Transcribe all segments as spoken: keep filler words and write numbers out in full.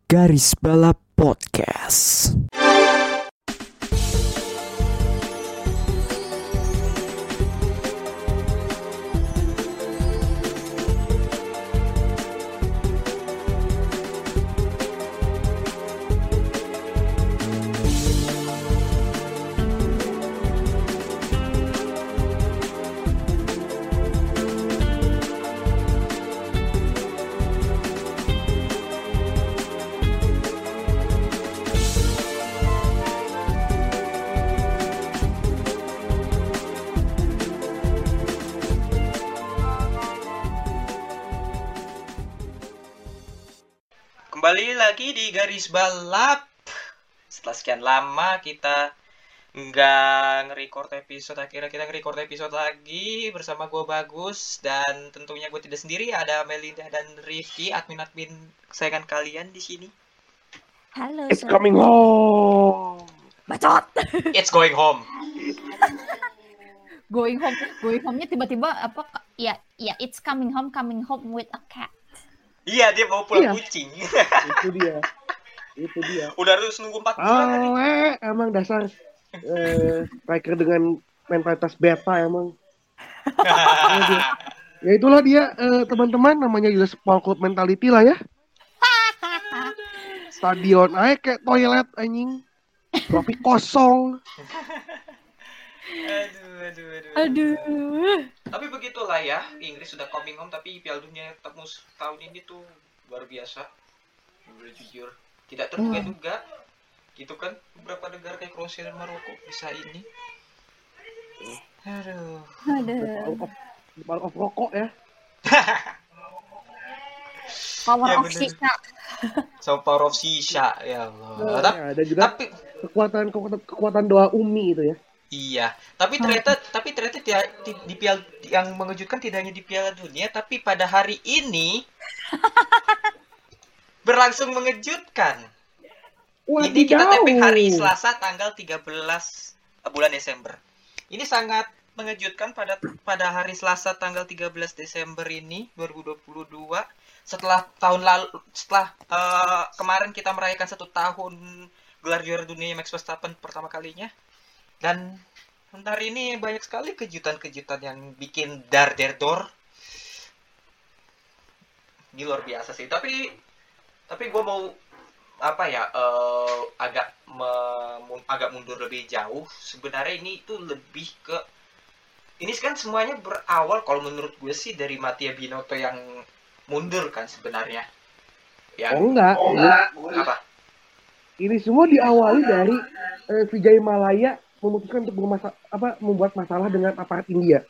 Garis Balap Podcast. Kembali lagi di Garis Balap. Setelah sekian lama kita nggak nge-record episode, akhirnya kita nge-record episode lagi bersama gue Bagus. Dan tentunya gue tidak sendiri, ada Melinda dan Rifki, admin-admin kesayangan kalian di sini. Halo. It's coming home. Bacot. It's going home. Going home. Going home-nya tiba-tiba apa? Ya, ya it's coming home, coming home with a cat. Iya, dia mau pulang Iya. kucing. Itu dia. Itu dia. Udah harus nunggu empat bulan. Oh, eh, emang dasar eh, striker dengan mentalitas beta emang. Ya itulah dia eh, teman-teman, namanya juga small club mentality lah ya. Stadion aja kayak toilet anjing. Tapi kosong. Aduh, aduh, aduh. Aduh. Tapi begitulah ya, Inggris sudah coming home, tapi Piala Dunia tembus tahun ini tuh luar biasa. Boleh jujur, tidak terduga-duga. Gitu kan, beberapa negara kayak Kroasia dan Maroko bisa ini. Aduh. Aduh. Power of, power of rokok ya. Power Ya, of bener. sisa. So power of sisa, ya Allah. Nah, Tapi, ya, dan juga tapi kekuatan kekuatan kekuatan doa Umi itu ya. iya, tapi ternyata tapi ternyata dia, di, di Piala yang mengejutkan tidak hanya di Piala Dunia, tapi pada hari ini berlangsung mengejutkan. Ini kita tapping hari Selasa tanggal tiga belas bulan Desember. Ini sangat mengejutkan pada pada hari Selasa tanggal tiga belas Desember ini dua ribu dua puluh dua, setelah tahun lalu setelah eh, kemarin kita merayakan satu tahun gelar juara dunia Max Verstappen pertama kalinya. Dan hari ini banyak sekali kejutan-kejutan yang bikin dar der dor. Ini luar biasa sih. Tapi tapi gue mau apa ya eh, agak me- agak mundur lebih jauh. Sebenarnya ini itu lebih ke ini kan semuanya berawal kalau menurut gue sih dari Mattia Binotto yang mundur kan sebenarnya. Yang Oh enggak. oh, enggak. Apa? Ini semua diawali dari eh, Vijay Malaya memutuskan untuk bermasa- apa, membuat masalah dengan aparat India.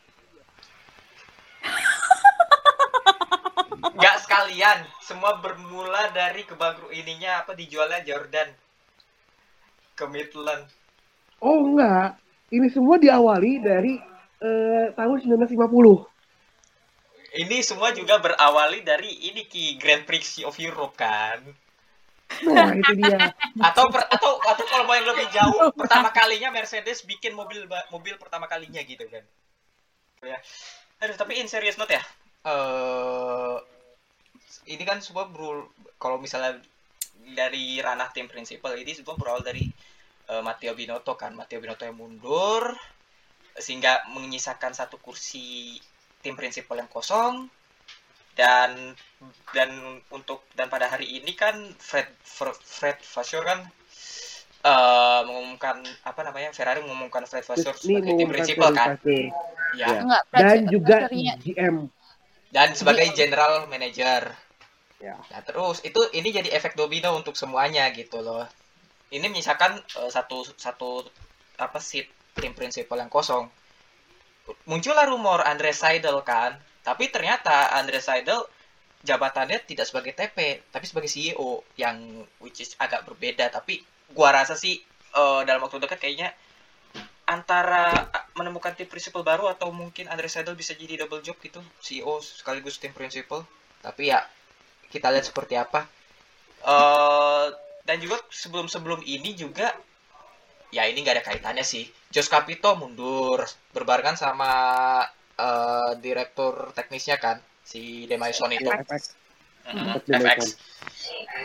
Nggak sekalian, semua bermula dari kebagru ininya apa dijualnya Jordan ke Midland. Oh enggak, ini semua diawali dari eh, tahun sembilan belas lima puluh. Ini semua juga berawali dari ini Ki Grand Prix of Europe kan. Nah itu dia. Atau per, atau atau kalau mau yang lebih jauh, pertama kalinya Mercedes bikin mobil mobil pertama kalinya gitu kan. Ya. Aduh, tapi in serious note ya. Eh ini kan semua berul kalau misalnya dari ranah tim prinsipal ini semua berawal dari uh, Matteo Binotto kan. Matteo Binotto yang mundur sehingga menyisakan satu kursi tim prinsipal yang kosong. Dan dan untuk dan pada hari ini kan Fred Fred, Fred Vasseur kan uh, mengumumkan apa namanya Ferrari mengumumkan Fred Vasseur Ini sebagai tim mengumumkan prinsipal kan, Vasseur. ya, Ya. Enggak, Dan Fred- juga Frednya- G M. dan sebagai general manager. Ya. Nah terus itu ini jadi efek domino untuk semuanya gitu loh. Ini menyisakan uh, satu satu apa seat tim prinsipal yang kosong. Muncullah rumor Andreas Seidel kan. Tapi ternyata Andreas Seidel jabatannya tidak sebagai T P, tapi sebagai C E O yang which is agak berbeda. Tapi gua rasa sih uh, dalam waktu dekat kayaknya antara menemukan tim prinsipal baru atau mungkin Andreas Seidel bisa jadi double job gitu, C E O sekaligus tim prinsipal. Tapi ya kita lihat seperti apa. Uh, dan juga sebelum-sebelum ini juga ya ini nggak ada kaitannya sih. Josh Capito mundur berbarengan sama uh, direktur teknisnya kan si De Maison itu. F X. Mm-hmm. De F X. Maison.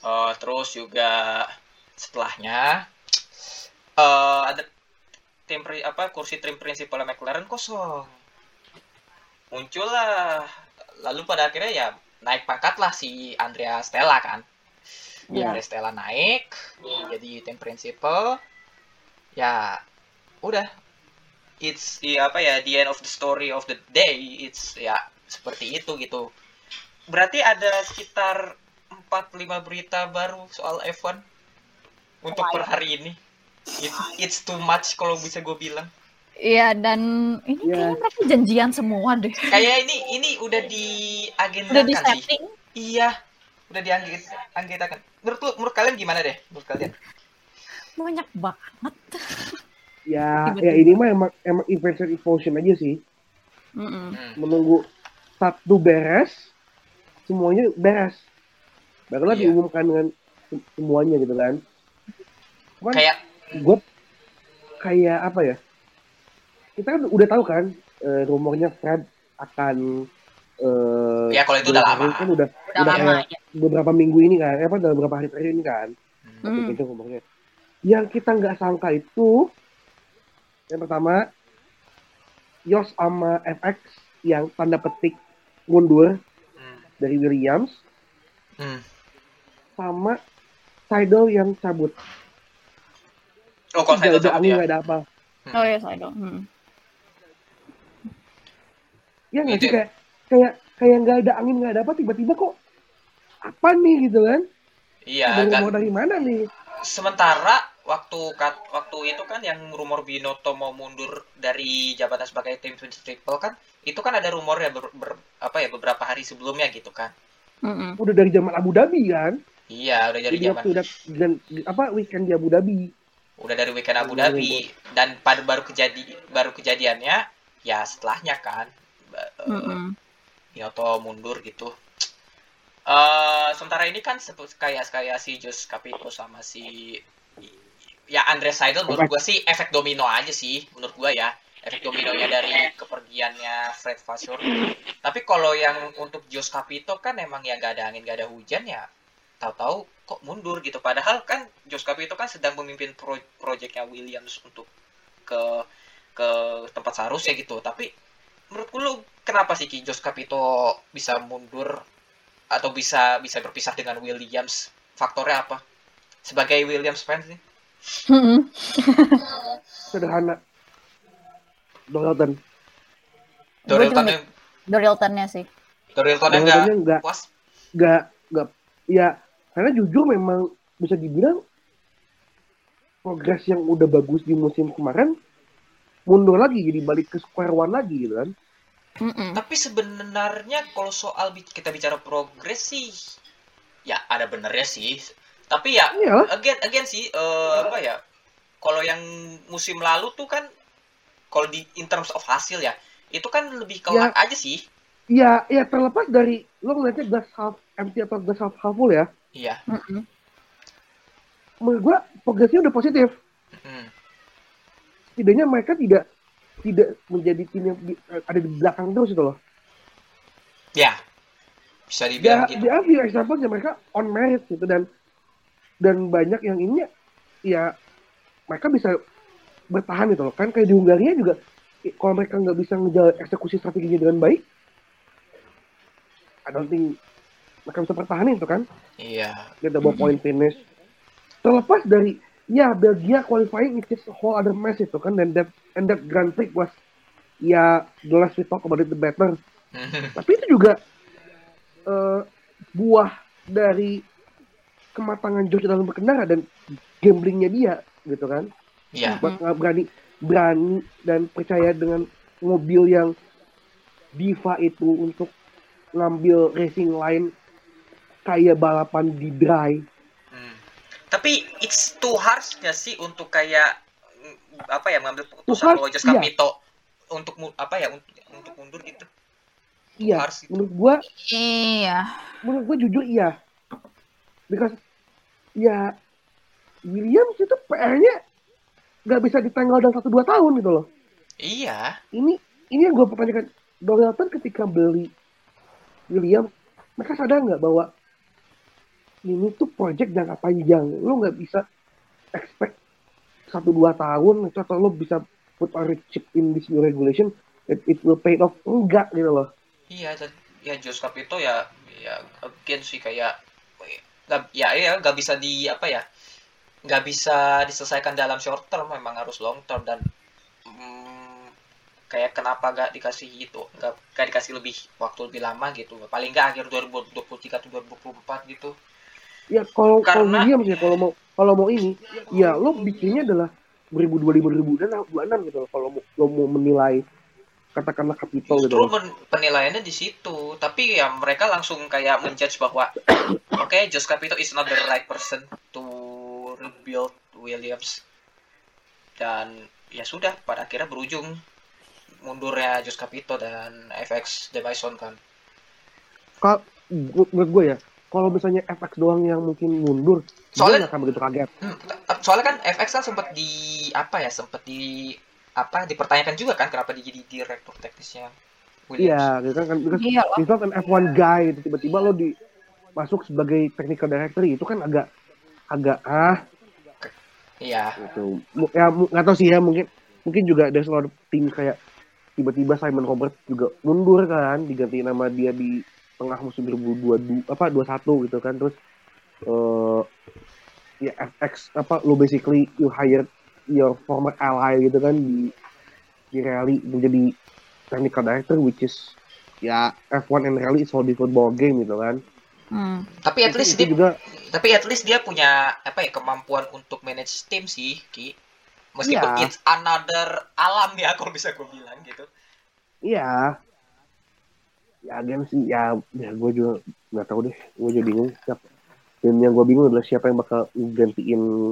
Uh, terus juga setelahnya uh, ada tim pri- apa kursi tim prinsipal McLaren kosong. Muncullah, lalu pada akhirnya ya naik pangkat lah si Andrea Stella kan. Iya. Andrea Stella naik jadi tim prinsipal. Ya udah, it's ya apa ya, the end of the story of the day, it's ya seperti itu gitu. Berarti ada sekitar empat lima berita baru soal F satu untuk per hari ini. It, it's too much kalau bisa gue bilang. Iya, dan ini Iya. kayaknya mereka janjian semua deh. Kayak ini ini udah diagendakan Udah di sih. setting. Iya, udah diagendakan. Menurut lu, menurut kalian gimana deh? Menurut kalian? Banyak banget. Ya, Tiba-tiba. ya ini mah emang emang event evolution aja sih. Mm-mm. Hmm. Menunggu satu beres, semuanya beres. Barulah Iya. diumumkan dengan se- semuanya gitu kan. Cuman Kayak gue kayak apa ya? Kita kan udah tahu kan eh, rumornya Fred akan eh Ya, kalau itu udah lama. kan udah Udah udah lama kayak ya. beberapa minggu ini kan, eh, apa dalam beberapa hari terakhir ini kan. hmm, Tapi Hmm. itu rumornya. Yang kita nggak sangka itu yang pertama Yos sama F X yang tanda petik mundur hmm, dari Williams hmm. sama Seidel yang cabut. Oh, kalau saya Nggak ada tahu angin, ya. nggak ada apa. Oh ya, saya dong. Hmm. Ya nggak sih, Itu- kayak kayak kayak nggak ada angin, nggak ada apa, tiba-tiba kok apa nih gitu kan? Iya, Ada kan. rumor dari mana nih? Sementara waktu kat- waktu itu kan yang rumor Binotto mau mundur dari jabatan sebagai tim principal kan, itu kan ada rumornya ber, ber- apa ya beberapa hari sebelumnya gitu kan. Mm-mm. Udah dari zaman Abu Dhabi kan? Iya, udah dari Jadi zaman waktu udah dan apa weekend di Abu Dhabi. udah dari weekend Abu Dhabi dan pada baru kejadi baru kejadiannya ya setelahnya kan ba- eh, Mm-mm. Binotto mundur gitu. Eh sementara ini kan sepu- kayak kayak si Jos Capito sama si ya Andre Seidel, menurut gua sih efek domino aja sih menurut gua ya, efek dominonya dari kepergiannya Fred Vasseur. Tapi kalau yang untuk Jos Capito kan emang ya gak ada angin gak ada hujan ya, tahu-tahu kok mundur gitu, padahal kan Jos Capito kan sedang memimpin pro proyeknya Williams untuk ke ke tempat seharusnya gitu. Tapi menurut lu kenapa sih Ki Jos Capito bisa mundur atau bisa bisa berpisah dengan Williams? Faktornya apa? Sebagai Williams fans nih. Mm-mm. Sederhana. Dorilton. Dorilton Gua yang Dorilton-nya sih. Dorilton yang Doriltonnya enggak enggak. puas. Nggak nggak ya karena jujur memang bisa dibilang progres yang udah bagus di musim kemarin mundur lagi, jadi balik ke square one lagi gitu kan. Mm-mm. Tapi sebenarnya kalau soal bi- kita bicara progres sih ya ada benernya sih. Tapi ya Iyalah. again again sih eh, apa ya? Kalau yang musim lalu tuh kan kalau di in terms of hasil ya, itu kan lebih ke Ya. luck aja sih. Ya, ya terlepas dari lo ngeliatnya glass half empty atau glass half half full ya, Iya. Mm-mm. menurut gua progresnya udah positif. Hmm. Setidaknya mereka tidak tidak menjadi tim yang di- ada di belakang terus itu loh. Ya. Bisa dibilang Ya, gitu. di ambil example mereka on merit gitu, dan dan banyak yang ini ya mereka bisa bertahan gitu loh kan, kayak di Hungaria juga i- kalau mereka nggak bisa ngejalan eksekusi strateginya dengan baik, I don't think mereka bisa pertahanin itu kan, Iya. dia double point finish. Terlepas dari ya Belgia qualifying it's just a whole other mess itu kan, dan that and that Grand Prix was ya the less we talk about it the better. Tapi itu juga eh, buah dari kematangan George dalam berkendara dan gamblingnya dia gitu kan. Iya. Buat nggak berani berani dan percaya dengan mobil yang diva itu untuk ngambil racing line kayak balapan di dry. Hmm. Tapi it's too harsh nggak sih untuk kayak mm, apa ya mengambil Too keputusan harsh, bahwa Jos iya. Capito untuk mu- apa ya untuk untuk mundur gitu. Iya, Harus itu. menurut gua Iya. menurut gua jujur iya. Because ya Williams itu P R-nya nggak bisa ditanggal dalam satu dua tahun gitu loh. Iya. Ini ini yang gue pertanyakan, Dorilton ketika beli Williams, mereka sadar nggak bahwa ini tuh project jangka panjang. Lo nggak bisa expect satu dua tahun itu atau lo bisa put a chip in this new regulation, it, it will pay off. Enggak gitu loh. Iya, dan ya Josh Capito ya ya again sih kayak nggak ya ya nggak bisa di apa ya nggak bisa diselesaikan dalam short term, memang harus long term. Dan hmm, kayak kenapa nggak dikasih itu nggak nggak dikasih lebih waktu lebih lama gitu, paling nggak akhir dua ribu dua puluh tiga atau dua ribu dua puluh empat gitu. Ya kalau kalau Karena- Williams ya kalau mau kalau mau ini ya lo bikinnya adalah dua ribu dua puluh lima dua ribu dua puluh enam gitu loh kalau mau lo mau menilai katakanlah Capito gitu Justru loh. pen- penilaiannya di situ, tapi ya mereka langsung kayak menjudge bahwa oke okay, Josh Capito is not the right person to rebuild Williams, dan ya sudah pada akhirnya berujung mundurnya Josh Capito dan F X De Bison kan. Kalau menurut gue ya kalau misalnya F X doang yang mungkin mundur, Soalnya- gue nggak akan begitu kaget. Hmm, soalnya kan F X kan sempat di apa ya sempat di apa dipertanyakan juga kan kenapa dia jadi direktur teknisnya Williams. Iya, gitu kan kan because Iya lah. he's not an F one guy gitu. Tiba-tiba lo di masuk sebagai technical director itu kan agak agak ah Iya. gitu. Mu- Ya mu- nggak tahu sih ya mungkin mungkin juga ada selalu tim kayak tiba-tiba Simon Roberts juga mundur kan, diganti nama dia di tengah musim dua ribu dua puluh dua apa dua puluh satu gitu kan. Terus eh ya F X apa lo basically you hire your former ally gitu kan di di rally menjadi technical director, which is ya F one and rally is whole different ball game gitu kan. Hmm. Tapi at Itu- least itu dia juga tapi at least dia punya apa ya kemampuan untuk manage tim sih, Ki. Meskipun Iya. it's another alam ya kalau bisa gue bilang gitu. iya ya again sih ya ya gue juga nggak tahu deh, gue juga bingung siapa. Dan yang gue bingung adalah siapa yang bakal gantiin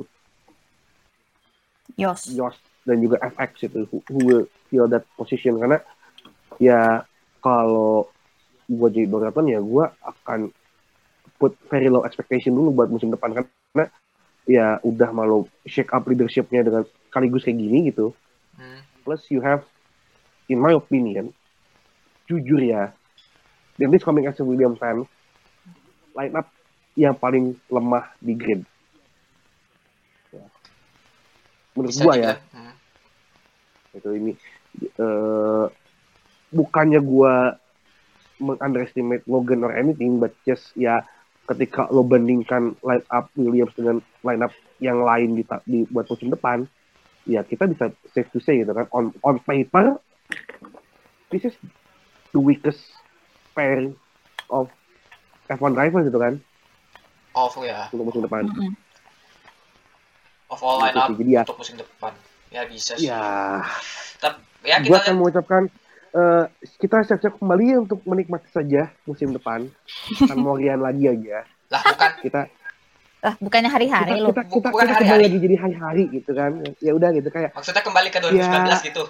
Yos. Yost dan juga F X itu who, who will fill that position. Karena ya kalau gue jadi Doraton ya gue akan put very low expectation dulu buat musim depan, karena ya udah malu shake up leadershipnya dengan sekaligus kayak gini gitu. Hmm. Plus you have, in my opinion, jujur ya, dan this coming as a Williams fan, line up yang paling lemah di grid. Ya. Menurut Bisa gua juga. ya, Hmm. itu ini eh, bukannya gua meng-underestimate Logan or anything, but just ya ketika lo bandingkan line up Williams dengan line up yang lain di, di buat musim depan, ya kita bisa safe to say gitu kan, on on paper this is the weakest pair of F one drivers gitu kan Off ya. untuk musim depan. Mm-mm. Of all Gitu line up sih, jadi ya. untuk musim depan. Ya bisa sih. Ya, Tapi ya gue kita akan lihat mengucapkan eh, kita siap-siap kembali untuk menikmati saja musim depan. Kan mau rian lagi aja. lah bukan Kita Lah, bukannya hari-hari kita lo. kita, kita, Bukan kita hari-hari. kembali lagi jadi hari-hari gitu kan. Ya udah gitu kayak maksudnya kembali ke dua ribu sembilan belas Ya. gitu.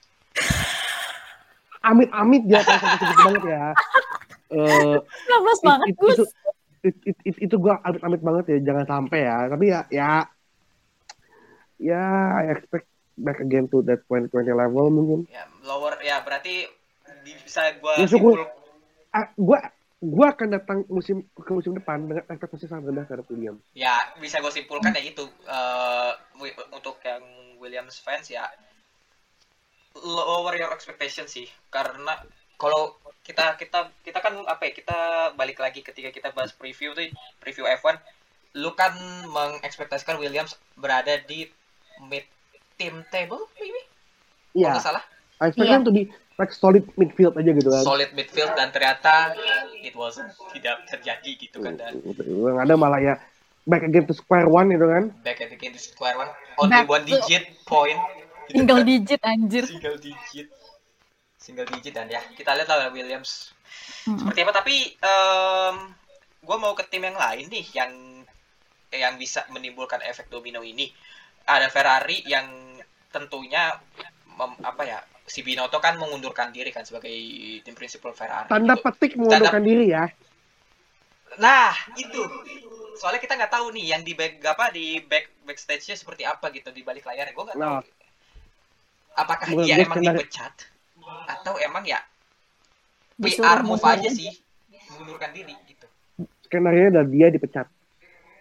amit-amit ya kalau sampai segitu banget ya. Eh Lemes it- banget, it- Gus. itu it, it, it, itu gue amit-amit banget ya, jangan sampai ya. Tapi ya ya ya I expect back again to that twenty twenty level mungkin. Ya lower ya berarti di- bisa gua Ya, syukur. simpul Ah, gue gue akan datang musim ke musim depan dengan ekspektasi sangat rendah terhadap Williams. ya bisa gue simpulkan ya itu eh, wi- untuk yang Williams fans ya lower your expectation sih, karena kalau kita kita kita kan apa ya kita balik lagi ketika kita bahas preview tuh preview F one, lu kan mengekspektasikan Williams berada di mid team table maybe kalau Iya, nggak salah I expect Iya. them to be like solid midfield aja gitu kan. solid midfield, dan ternyata it wasn't tidak terjadi gitu kan, dan Yang ada malah ya back again to square one itu kan. back at the game to square one only Back one to- digit point gitu Single kan. digit anjir. single digit single digit dan ya kita lihat lah Williams Mm-mm. seperti apa. Tapi em gue mau ke tim yang lain nih yang yang bisa menimbulkan efek domino ini. Ada Ferrari yang tentunya mem- apa ya si Binotto kan mengundurkan diri kan sebagai tim prinsipal Ferrari Tanda gitu. petik mengundurkan diri ya. Nah itu soalnya kita nggak tahu nih yang di back apa di back backstage-nya seperti apa gitu di balik layarnya, gue nggak tahu. Nah. Apakah Menurut dia gue emang skenario- dipecat atau emang ya P Disuruh R move mundur aja aja. sih mengundurkan diri gitu. Skenario adalah dia dipecat.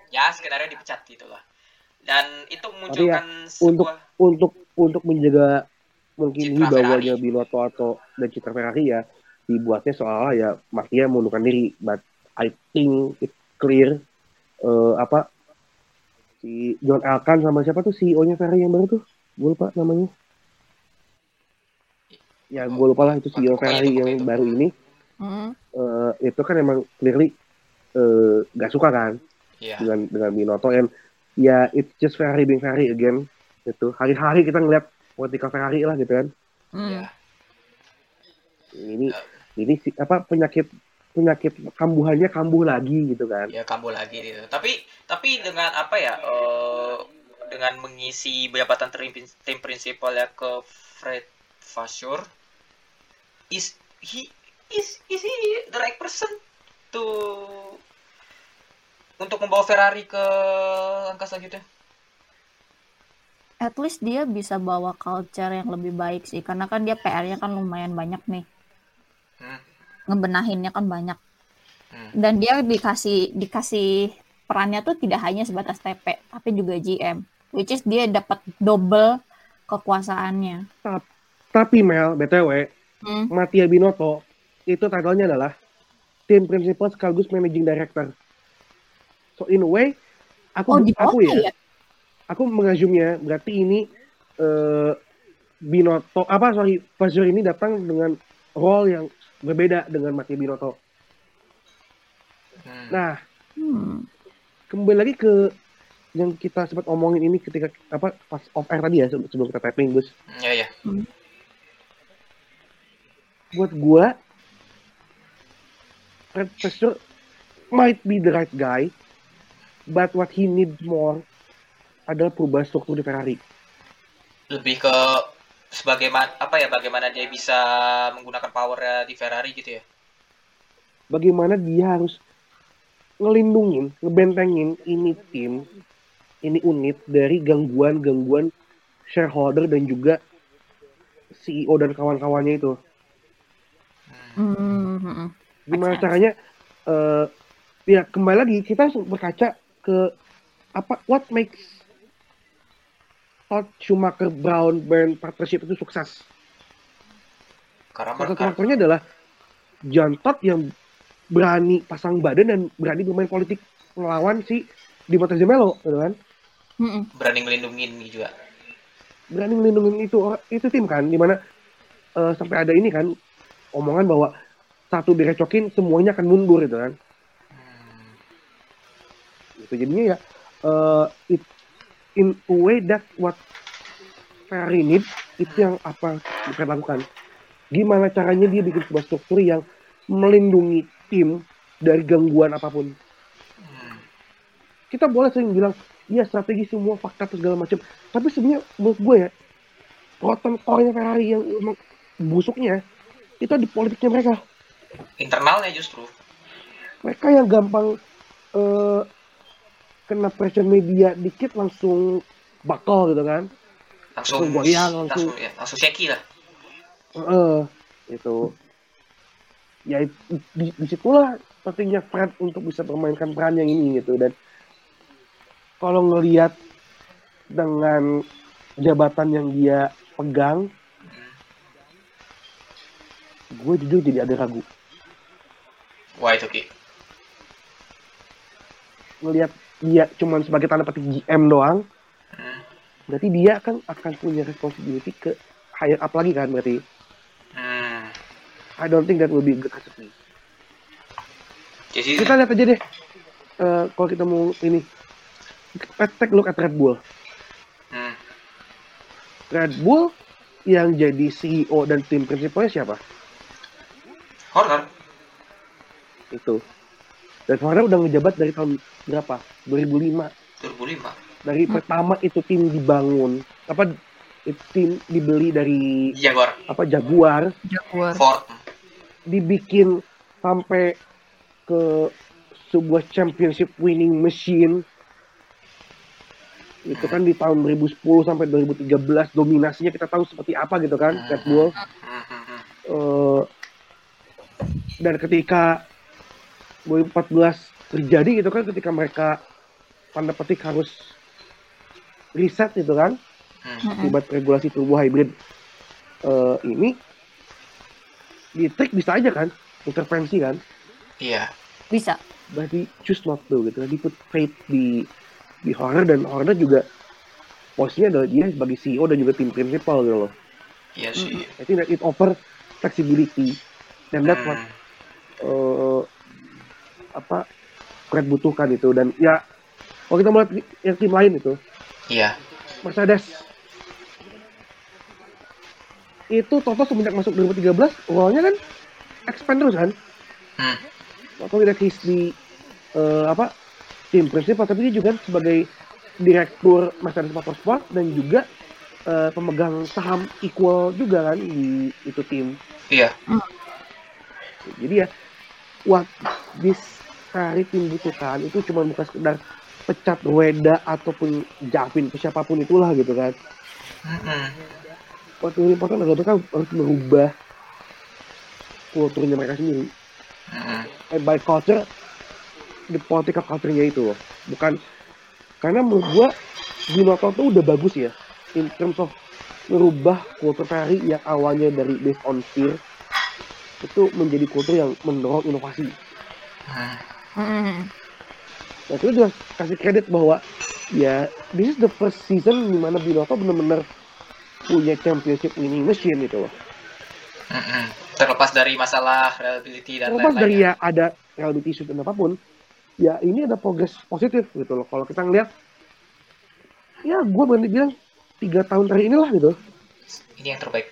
ya skenario dipecat gitu loh. Dan itu Tapi ya memunculkan untuk sebuah untuk untuk menjaga mungkin Citra wibawanya Ferrari. Binotto atau dan Citra Ferrari ya dibuatnya seolah ya Mattia mengundurkan diri, but I think it's clear eh, apa si John Elkann sama siapa tuh C E O-nya Ferrari yang baru tuh, gue lupa namanya. Ya gue lupa lah, itu C E O Pokoknya Ferrari itu, pokoknya yang itu. baru ini Hmm. eh, itu kan emang clearly eh, gak suka kan Iya. dengan dengan Binotto, and ya it's just Ferrari being Ferrari again gitu. Hari-hari kita ngeliat politika Ferrari lah gitu kan. Hmm. Iya. Ini ini si, apa penyakit penyakit kambuhannya kambuh lagi gitu kan. Ya kambuh lagi gitu. Tapi tapi dengan apa ya? eh, dengan mengisi jabatan tim, tim prinsipal ya ke Fred Vasseur, is he is is he the right person to untuk membawa Ferrari ke angka selanjutnya? At least dia bisa bawa culture yang lebih baik sih, karena kan dia P R-nya kan lumayan banyak nih, Hmm. ngebenahinnya kan banyak. Hmm. Dan dia dikasih dikasih perannya tuh tidak hanya sebatas T P, tapi juga G M, which is dia dapat double kekuasaannya. Tapi Mel, B T W, Hmm. Mattia Binotto itu title-nya adalah tim prinsipal sekaligus managing director. So in a way, aku Oh, di aku bawah ya, ya? aku mengasumnya berarti ini eh, Binotto apa sorry Vasseur ini datang dengan role yang berbeda dengan Mattia Binotto. Hmm. Nah, Hmm. kembali lagi ke yang kita sempat omongin ini ketika apa pas off air tadi ya sebelum kita tapping, Gus. Ya ya. Buat gua Fred Vasseur might be the right guy, but what he needs more adalah perubahan struktur di Ferrari. Lebih ke sebagaimana apa ya? Bagaimana dia bisa menggunakan power di Ferrari gitu ya? Bagaimana dia harus ngelindungin, ngebentengin ini tim, ini unit dari gangguan-gangguan shareholder dan juga C E O dan kawan-kawannya itu. Hmm. Gimana Make sense. caranya? eh ya kembali lagi kita harus berkaca ke apa what makes Todd Schumacher Brown Bern partnership itu sukses. Karena Salah satu mereka faktornya adalah John Todd yang berani pasang badan dan berani bermain politik melawan si Di Marzemelo, gitu kan? Hmm. berani melindungi juga. Berani melindungi itu orang- itu tim kan, dimana eh, sampai ada ini kan omongan bahwa satu direcokin semuanya akan mundur gitu kan. Hmm. Itu jadinya ya eh, it, in a way that what Ferrari need itu yang apa bukan lakukan. Gimana caranya dia bikin sebuah struktur yang melindungi tim dari gangguan apapun. Hmm. Kita boleh sering bilang, iya strategi semua fakta terus segala macam. Tapi sebenarnya menurut gue ya, rotten core-nya Ferrari yang emang busuknya itu di politiknya mereka. Internalnya justru. Mereka yang gampang eh, kena pressure media dikit langsung bakal gitu kan. Langsung Langsung goyang, langsung langsung ya, langsung shaky lah. eh itu ya it- di, disitulah pentingnya Fred untuk bisa bermainkan peran yang ini gitu. Dan kalau ngelihat dengan jabatan yang dia pegang, gue jujur jadi ada ragu Wah itu Ki. ngelihat dia cuman sebagai tanda petik G M doang. Hmm. Berarti dia kan akan punya responsibility ke higher up lagi kan berarti. Hmm. I don't think that will be a good recipe. Jadi Kita lihat aja deh eh, kalau kita mau ini, let's take a look at Red Bull. hmm. Red Bull yang jadi C E O dan tim prinsipalnya siapa? Horner. Itu. Dan Horner udah ngejabat dari tahun berapa? dua ribu lima. dua ribu lima. Dari pertama itu tim dibangun, apa itu tim dibeli dari Jaguar. apa Jaguar, Jaguar. Ford. dibikin sampai ke sebuah championship winning machine. Itu kan di tahun dua ribu sepuluh sampai dua ribu tiga belas dominasinya kita tahu seperti apa gitu kan Red Bull. Hmm, hmm, hmm. Eh, dan ketika dua ribu empat belas terjadi gitu kan, ketika mereka tanda petik harus riset gitu kan, Hmm. akibat regulasi turbo hybrid uh, ini, di trik bisa aja kan, intervensi kan, Iya. Bisa. berarti choose not to gitu, di put faith di di Horner, dan Horner juga posisinya adalah dia sebagai C E O dan juga tim principal gitu loh. Iya sih. I think that it offer flexibility, dan that's what Hmm. uh, apa Fred butuhkan itu. Dan ya kalau kita melihat yang tim lain itu, Iya. Mercedes itu total semenjak masuk dua ribu tiga belas role-nya kan expand terus kan, Hmm. atau tidak he's di uh, apa tim principal, tapi dia juga sebagai direktur Mercedes Motorsport dan juga uh, pemegang saham equal juga kan di itu tim. Iya. Jadi ya, what this Ferrari tim butuhkan itu cuma bukan sekedar pecat Rueda ataupun Javin, siapapun itulah gitu kan. Hmm. What really important adalah mereka harus merubah kulturnya mereka sendiri. Hmm. And by culture, the political culture-nya itu loh. Bukan, karena menurut gua Binotto tuh udah bagus ya in terms of merubah kultur Ferrari yang awalnya dari based on fear itu menjadi kultur yang mendorong inovasi. Hmm. Mm-mm. Nah, itu juga kasih kredit bahwa ya this is the first season dimana Binotto benar-benar punya championship winning machine gitu loh. Hmm. Terlepas dari masalah reliability dan Terlepas dari lain-lain. ya ada reliability issue dan apapun, ya ini ada progress positif gitu loh. Kalau kita ngeliat, ya gue berani bilang tiga tahun terakhir inilah gitu. Ini yang terbaik.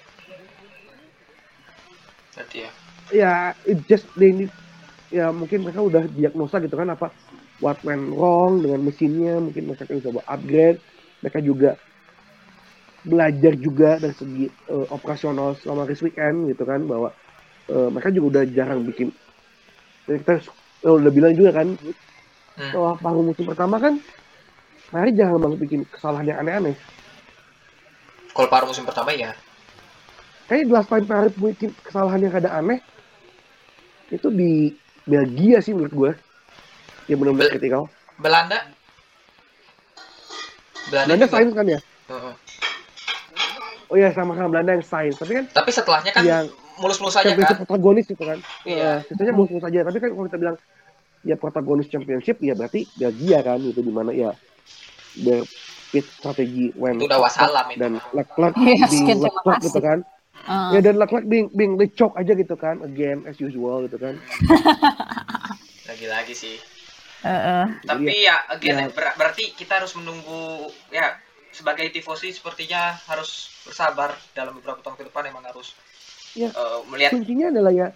Berarti ya. Ya it just they need, ya mungkin mereka udah diagnosa gitu kan apa what went wrong dengan mesinnya, mungkin mereka kan coba upgrade, mereka juga belajar juga dari segi uh, operasional selama race weekend gitu kan, bahwa uh, mereka juga udah jarang bikin, dan kita uh, udah bilang juga kan Hmm. setelah paruh musim pertama kan Ferrari jarang banget bikin kesalahan yang aneh-aneh. Kalau paruh musim pertama ya. Kayaknya the last time Ferrari bikin kesalahan yang ada aneh itu di Belgia sih menurut gue, ya benar-benar Bel- kritikal. Belanda. Belanda, Belanda juga. sains kan ya? Heeh. Oh iya, sama-sama Belanda yang sains, tapi kan Tapi setelahnya kan yang mulus-mulus aja championship kan. protagonis itu kan, Iya. uh, sisanya mulus-mulus aja. Tapi kan kalau kita bilang ya protagonis championship, ya berarti Belgia kan, itu dimana ya the pit strategi when Itu udah wassalam itu. dan Leclerc Iya, being sekian, terima Leclerc gitu kasih. kan. Uh, Ya dan Leclerc being being the choke aja gitu kan, again as usual gitu kan. Lagi-lagi sih. uh, uh. Tapi ya again ya. ber- berarti kita harus menunggu ya sebagai tifosi sepertinya harus bersabar dalam beberapa tahun ke depan, emang harus Ya. eh, melihat Kuncinya adalah ya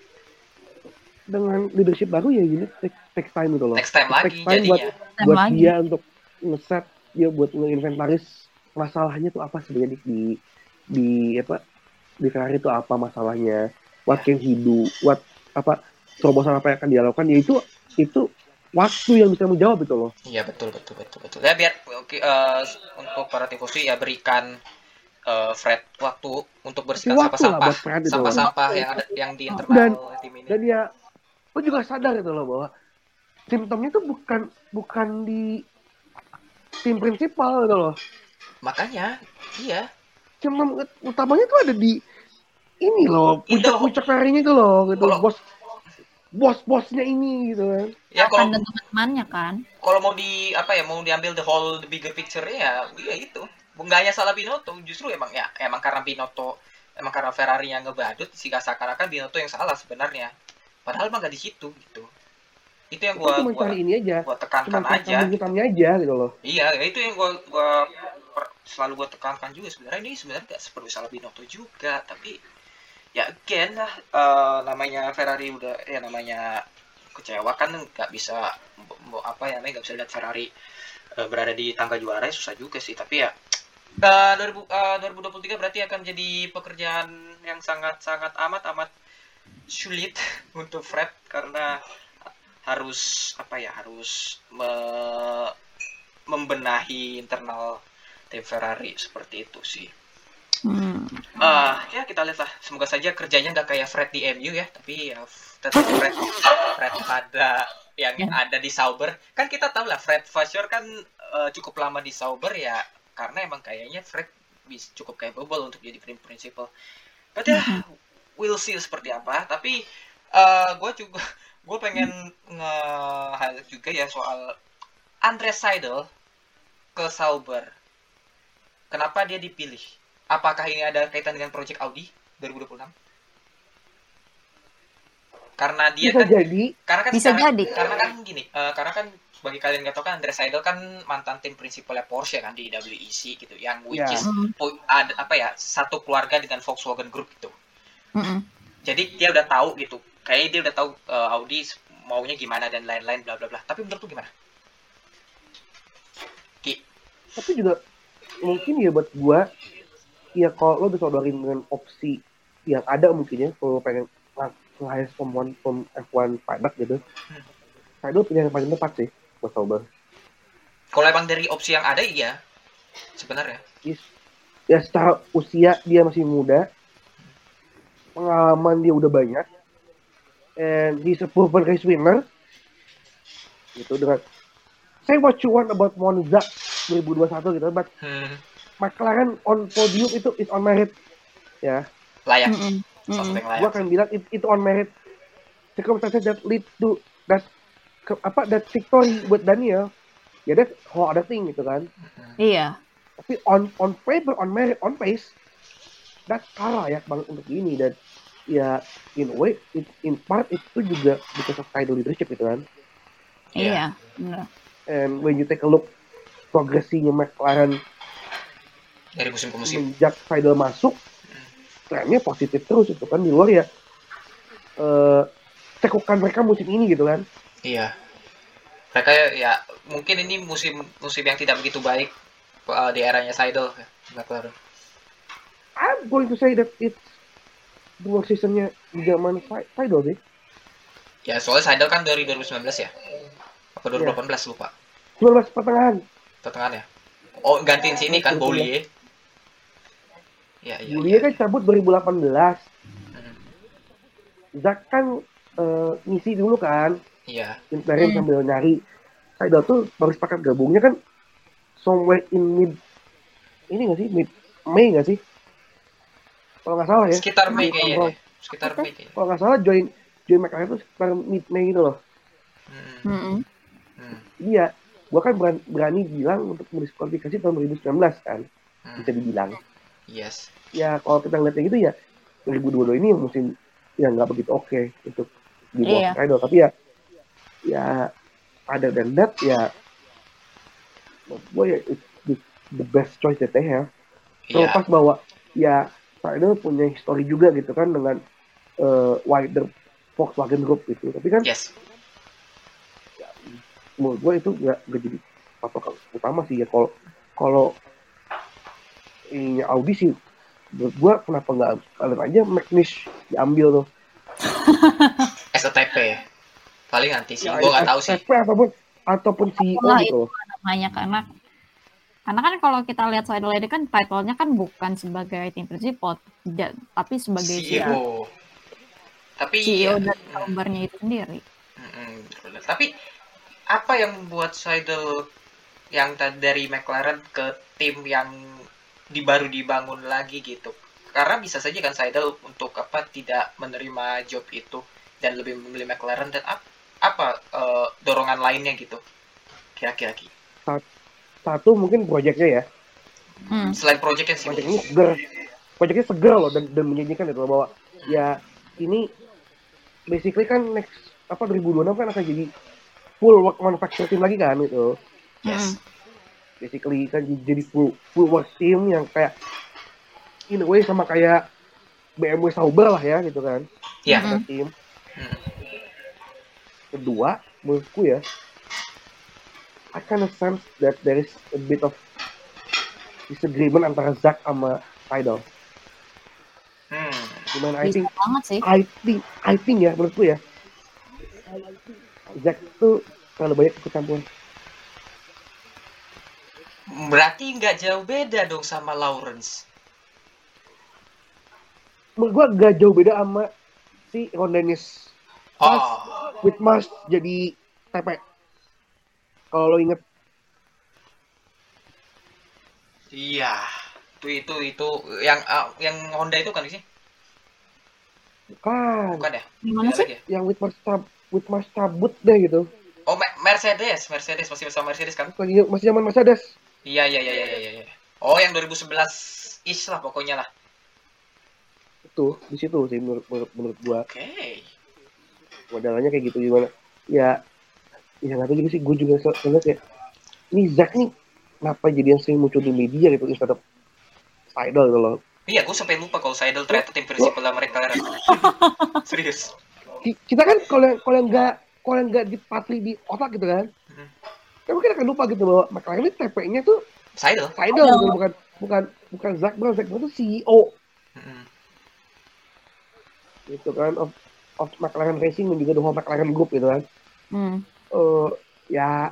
dengan leadership baru ya ini take, take time gitu loh. next time It lagi takes time buat jadinya. Time buat lagi. dia untuk nge-set, ya buat nge-inventaris masalahnya tuh apa sebenarnya di, di di apa di Ferrari itu apa masalahnya, what can he do, what apa terobosan apa yang akan dia lakukan, ya itu itu waktu yang bisa menjawab itu loh. Iya betul betul betul betul. Ya biar oke, eh, untuk para tifosi ya berikan eh, Fred waktu untuk bersihkan Waktu lah sampah-sampah, buat Fred itu loh. sampah-sampah yang ada yang di internal Dan- tim ini. Dan ya lo juga sadar itu loh bahwa simptomnya itu bukan bukan di tim prinsipal gitu loh. Makanya iya. Simptom utamanya tuh ada di ini loh, puncak-puncak Ferrari-nya itu loh gitu. Kalau- Bos bos-bosnya ini gitu kan. Ya kalau dan teman-temannya kan. kalau mau di apa ya mau diambil the whole the bigger picture ya ya itu nggak hanya salah Binotto, justru emang ya emang karena Binotto emang karena Ferrari yang ngebadut sih seakan-akan Binotto yang salah sebenarnya, padahal mah nggak di situ gitu. Itu yang Itu gua cuma gua, cari ini aja. gua Cuma tekankan aja. kambing hitamnya aja gitu loh. Iya, itu yang gua gua per- selalu gua tekankan juga, sebenarnya ini sebenarnya nggak seperti salah Binotto juga, tapi ya again lah eh, namanya Ferrari udah ya namanya kecewa kan nggak bisa mau apa ya namanya nggak bisa lihat Ferrari eh, berada di tangga juara, ya susah juga sih. Tapi ya eh, dua ribu, eh, dua ribu dua puluh tiga berarti akan jadi pekerjaan yang sangat sangat amat amat sulit untuk Fred karena harus apa ya harus me- membenahi internal tim Ferrari seperti itu sih. Hmm. Ah, ya kita lihat lah. Semoga saja kerjanya nggak kayak Fred di M U ya, tapi ya tetap Fred, Fred pada yang Ya. ada di Sauber. Kan kita tahu lah Fred Vasseur kan uh, cukup lama di Sauber ya karena emang kayaknya Fred bisa cukup capable untuk jadi team principal. But ya, we'll see seperti apa. Tapi uh, gue juga gue pengen nge-highlight juga ya soal Andreas Seidel ke Sauber. Kenapa dia dipilih? Apakah ini ada kaitan dengan Project Audi dua ribu dua puluh enam? Karena dia Bisa kan jadi. karena kan Bisa sekarang- jadi. karena kan gini, uh, karena kan bagi kalian nggak tahu kan Andreas Seidel kan mantan tim prinsipalnya Porsche kan di W E C gitu, yang which Ya. is po- ada apa ya satu keluarga dengan Volkswagen Group gitu. Mm-mm. Jadi dia udah tahu gitu, kayaknya dia udah tahu uh, Audi maunya gimana dan lain-lain bla bla bla. Tapi menurut lu gimana? Ki, Tapi juga mungkin ya buat gua, ya kalau lo disodorin dengan opsi yang ada mungkin ya, kalau pengen nge-hire someone from F one paddock gitu, saya dulu punya yang paling tepat sih buat Sauber. kalau emang dari opsi yang ada iya, sebenarnya. Is, ya secara usia dia masih muda, pengalaman dia udah banyak, and he's a proven race winner. Gitu dengan say what you want about Monza dua ribu dua puluh satu gitu, but Hmm, McLaren on podium itu is on merit. Ya, layak, Mm-mm. salah satu Mm-mm. yang layak. gua akan bilang it, itu on merit. Circumstances that lead to that ke- apa that victory buat Daniel, ya that's whole other thing gitu kan. Iya. Tapi on on paper, on merit, on pace, that's kalah ya banget untuk ini. Dan ya in a way, it, in part itu juga because of Seidel leadership gitu kan. Iya. Benar. And when you take a look progresinya McLaren Dari musim ke musim. sejak Seidel masuk, trennya positif terus itu kan. Di luar ya eh cekukan mereka musim ini gitu kan. Iya. Mereka ya mungkin ini musim musim yang tidak begitu baik uh, di eranya Seidel ya, McLaren. I'm going to say that it's dua seasonnya di zaman Se- Seidel sih. Ya soalnya Seidel kan dari dua ribu sembilan belas ya. Apa dua ribu delapan belas lupa. sembilan belas pertengahan. Pertengahan ya. Oh gantiin sini kan Boulier. Ya iya. Julia kan cabut dua ribu delapan belas. Hmm, Zak kan eh, ngisi dulu kan, Iya. interim Hmm. sambil nyari. Seidel tuh baru sepakat gabungnya kan somewhere in mid ini nggak sih, mid Mei nggak sih? Kalau nggak salah ya. Sekitar Mei Di kayaknya. kontrol. deh. Sekitar Mei kayaknya. Kalau nggak salah join join McLaren tuh sekitar mid Mei gitu loh. Hmm, Mm-mm. hmm, Iya, gua kan berani, berani bilang untuk mendiskualifikasi tahun dua ribu sembilan belas kan, hmm. bisa dibilang. Yes. Ya kalau kita ngeliatnya gitu ya dua ribu dua puluh dua ini yang musim yang nggak begitu oke untuk di bawah Iya. Seidel, tapi ya ya ada dan that ya menurut gue ya it's the, the best choice that they have. Iya. Terlepas bahwa ya Seidel punya histori juga gitu kan dengan eh, wider Volkswagen Group gitu, tapi kan Yes. menurut gue itu nggak nggak jadi patokan utama sih ya. Kalau kalau ini Audi sih menurut gue kenapa nggak kalian aja McNish diambil tuh. S O T P ya. Paling nanti sih. Ya, Gue nggak tahu sih. S P ataupun ataupun C E O Lah, gitu loh. namanya karena karena kan kalau kita lihat Seidel ini kan title-nya kan bukan sebagai tim principal, tidak, tapi sebagai C E O. Tapi C E O ya, dari Saubernya itu sendiri. mm-mm, betul. Tapi apa yang membuat Seidel yang tadi dari McLaren ke tim yang di baru dibangun lagi gitu? Karena bisa saja kan Seidel untuk apa tidak menerima job itu dan lebih memilih McLaren dan ap- apa eh, dorongan lainnya gitu? Kira-kira Ki. Satu mungkin proyeknya ya. Hmm. Selain project yang Proyek sibuk. ini seger. Proyeknya seger loh dan, dan menjanjikan itu loh, bahwa ya ini basically kan next apa dua ribu dua puluh enam kan akan jadi full work manufacturing team lagi kan gitu. Yes. Basically kan jadi full full work team yang kayak in a way sama kayak B M W Sauber lah ya gitu kan. Iya. Ada tim. Hmm. Kedua, menurutku ya, I kind of sense that there is a bit of disagreement antara Zak sama Seidel. Hmm. Gimana I Bisa think, banget sih. I think, I think ya menurutku ya, Zak tuh terlalu banyak ikut campur. Berarti nggak jauh beda dong sama Lawrence. Menurut gua gak jauh beda sama si Ron Dennis. Pas Oh. with Mars jadi T P. Kalau lo inget. Iya. Itu itu itu yang uh, yang Honda itu kan sih? Bukan. Bukan ya? Gimana Beda sih? lagi ya? Yang Whitmar Strab- Whitmar Strabut deh gitu. Oh, Me- Mercedes, Mercedes masih sama Mercedes kan? Lagi masih zaman Mercedes. Iya, iya, iya, iya, iya, iya. Oh, yang dua ribu sebelas ish lah pokoknya lah. Itu di situ sih menurut menurut, menurut gua Oke. Okay. modelannya kayak gitu gimana. Ya, ya nggak tahu juga sih. Gue juga soalnya kayak ini Zack nih kenapa jadi yang sering muncul di media gitu instead of Seidel gitu loh. Iya, gue sampai lupa kalau Seidel ternyata tim prinsipal mereka. Serius. Kita kan kalau yang kalau yang nggak kalau yang nggak dipatri di otak gitu kan, Hmm. kan mungkin akan lupa gitu bahwa McLaren ini T P-nya tuh Seidel. Seidel gitu, bukan bukan bukan Zack Brown. Zack Brown itu C E O Hmm. gitu kan of of McLaren Racing dan juga the whole McLaren Group gitu kan. Hmm. Eh ya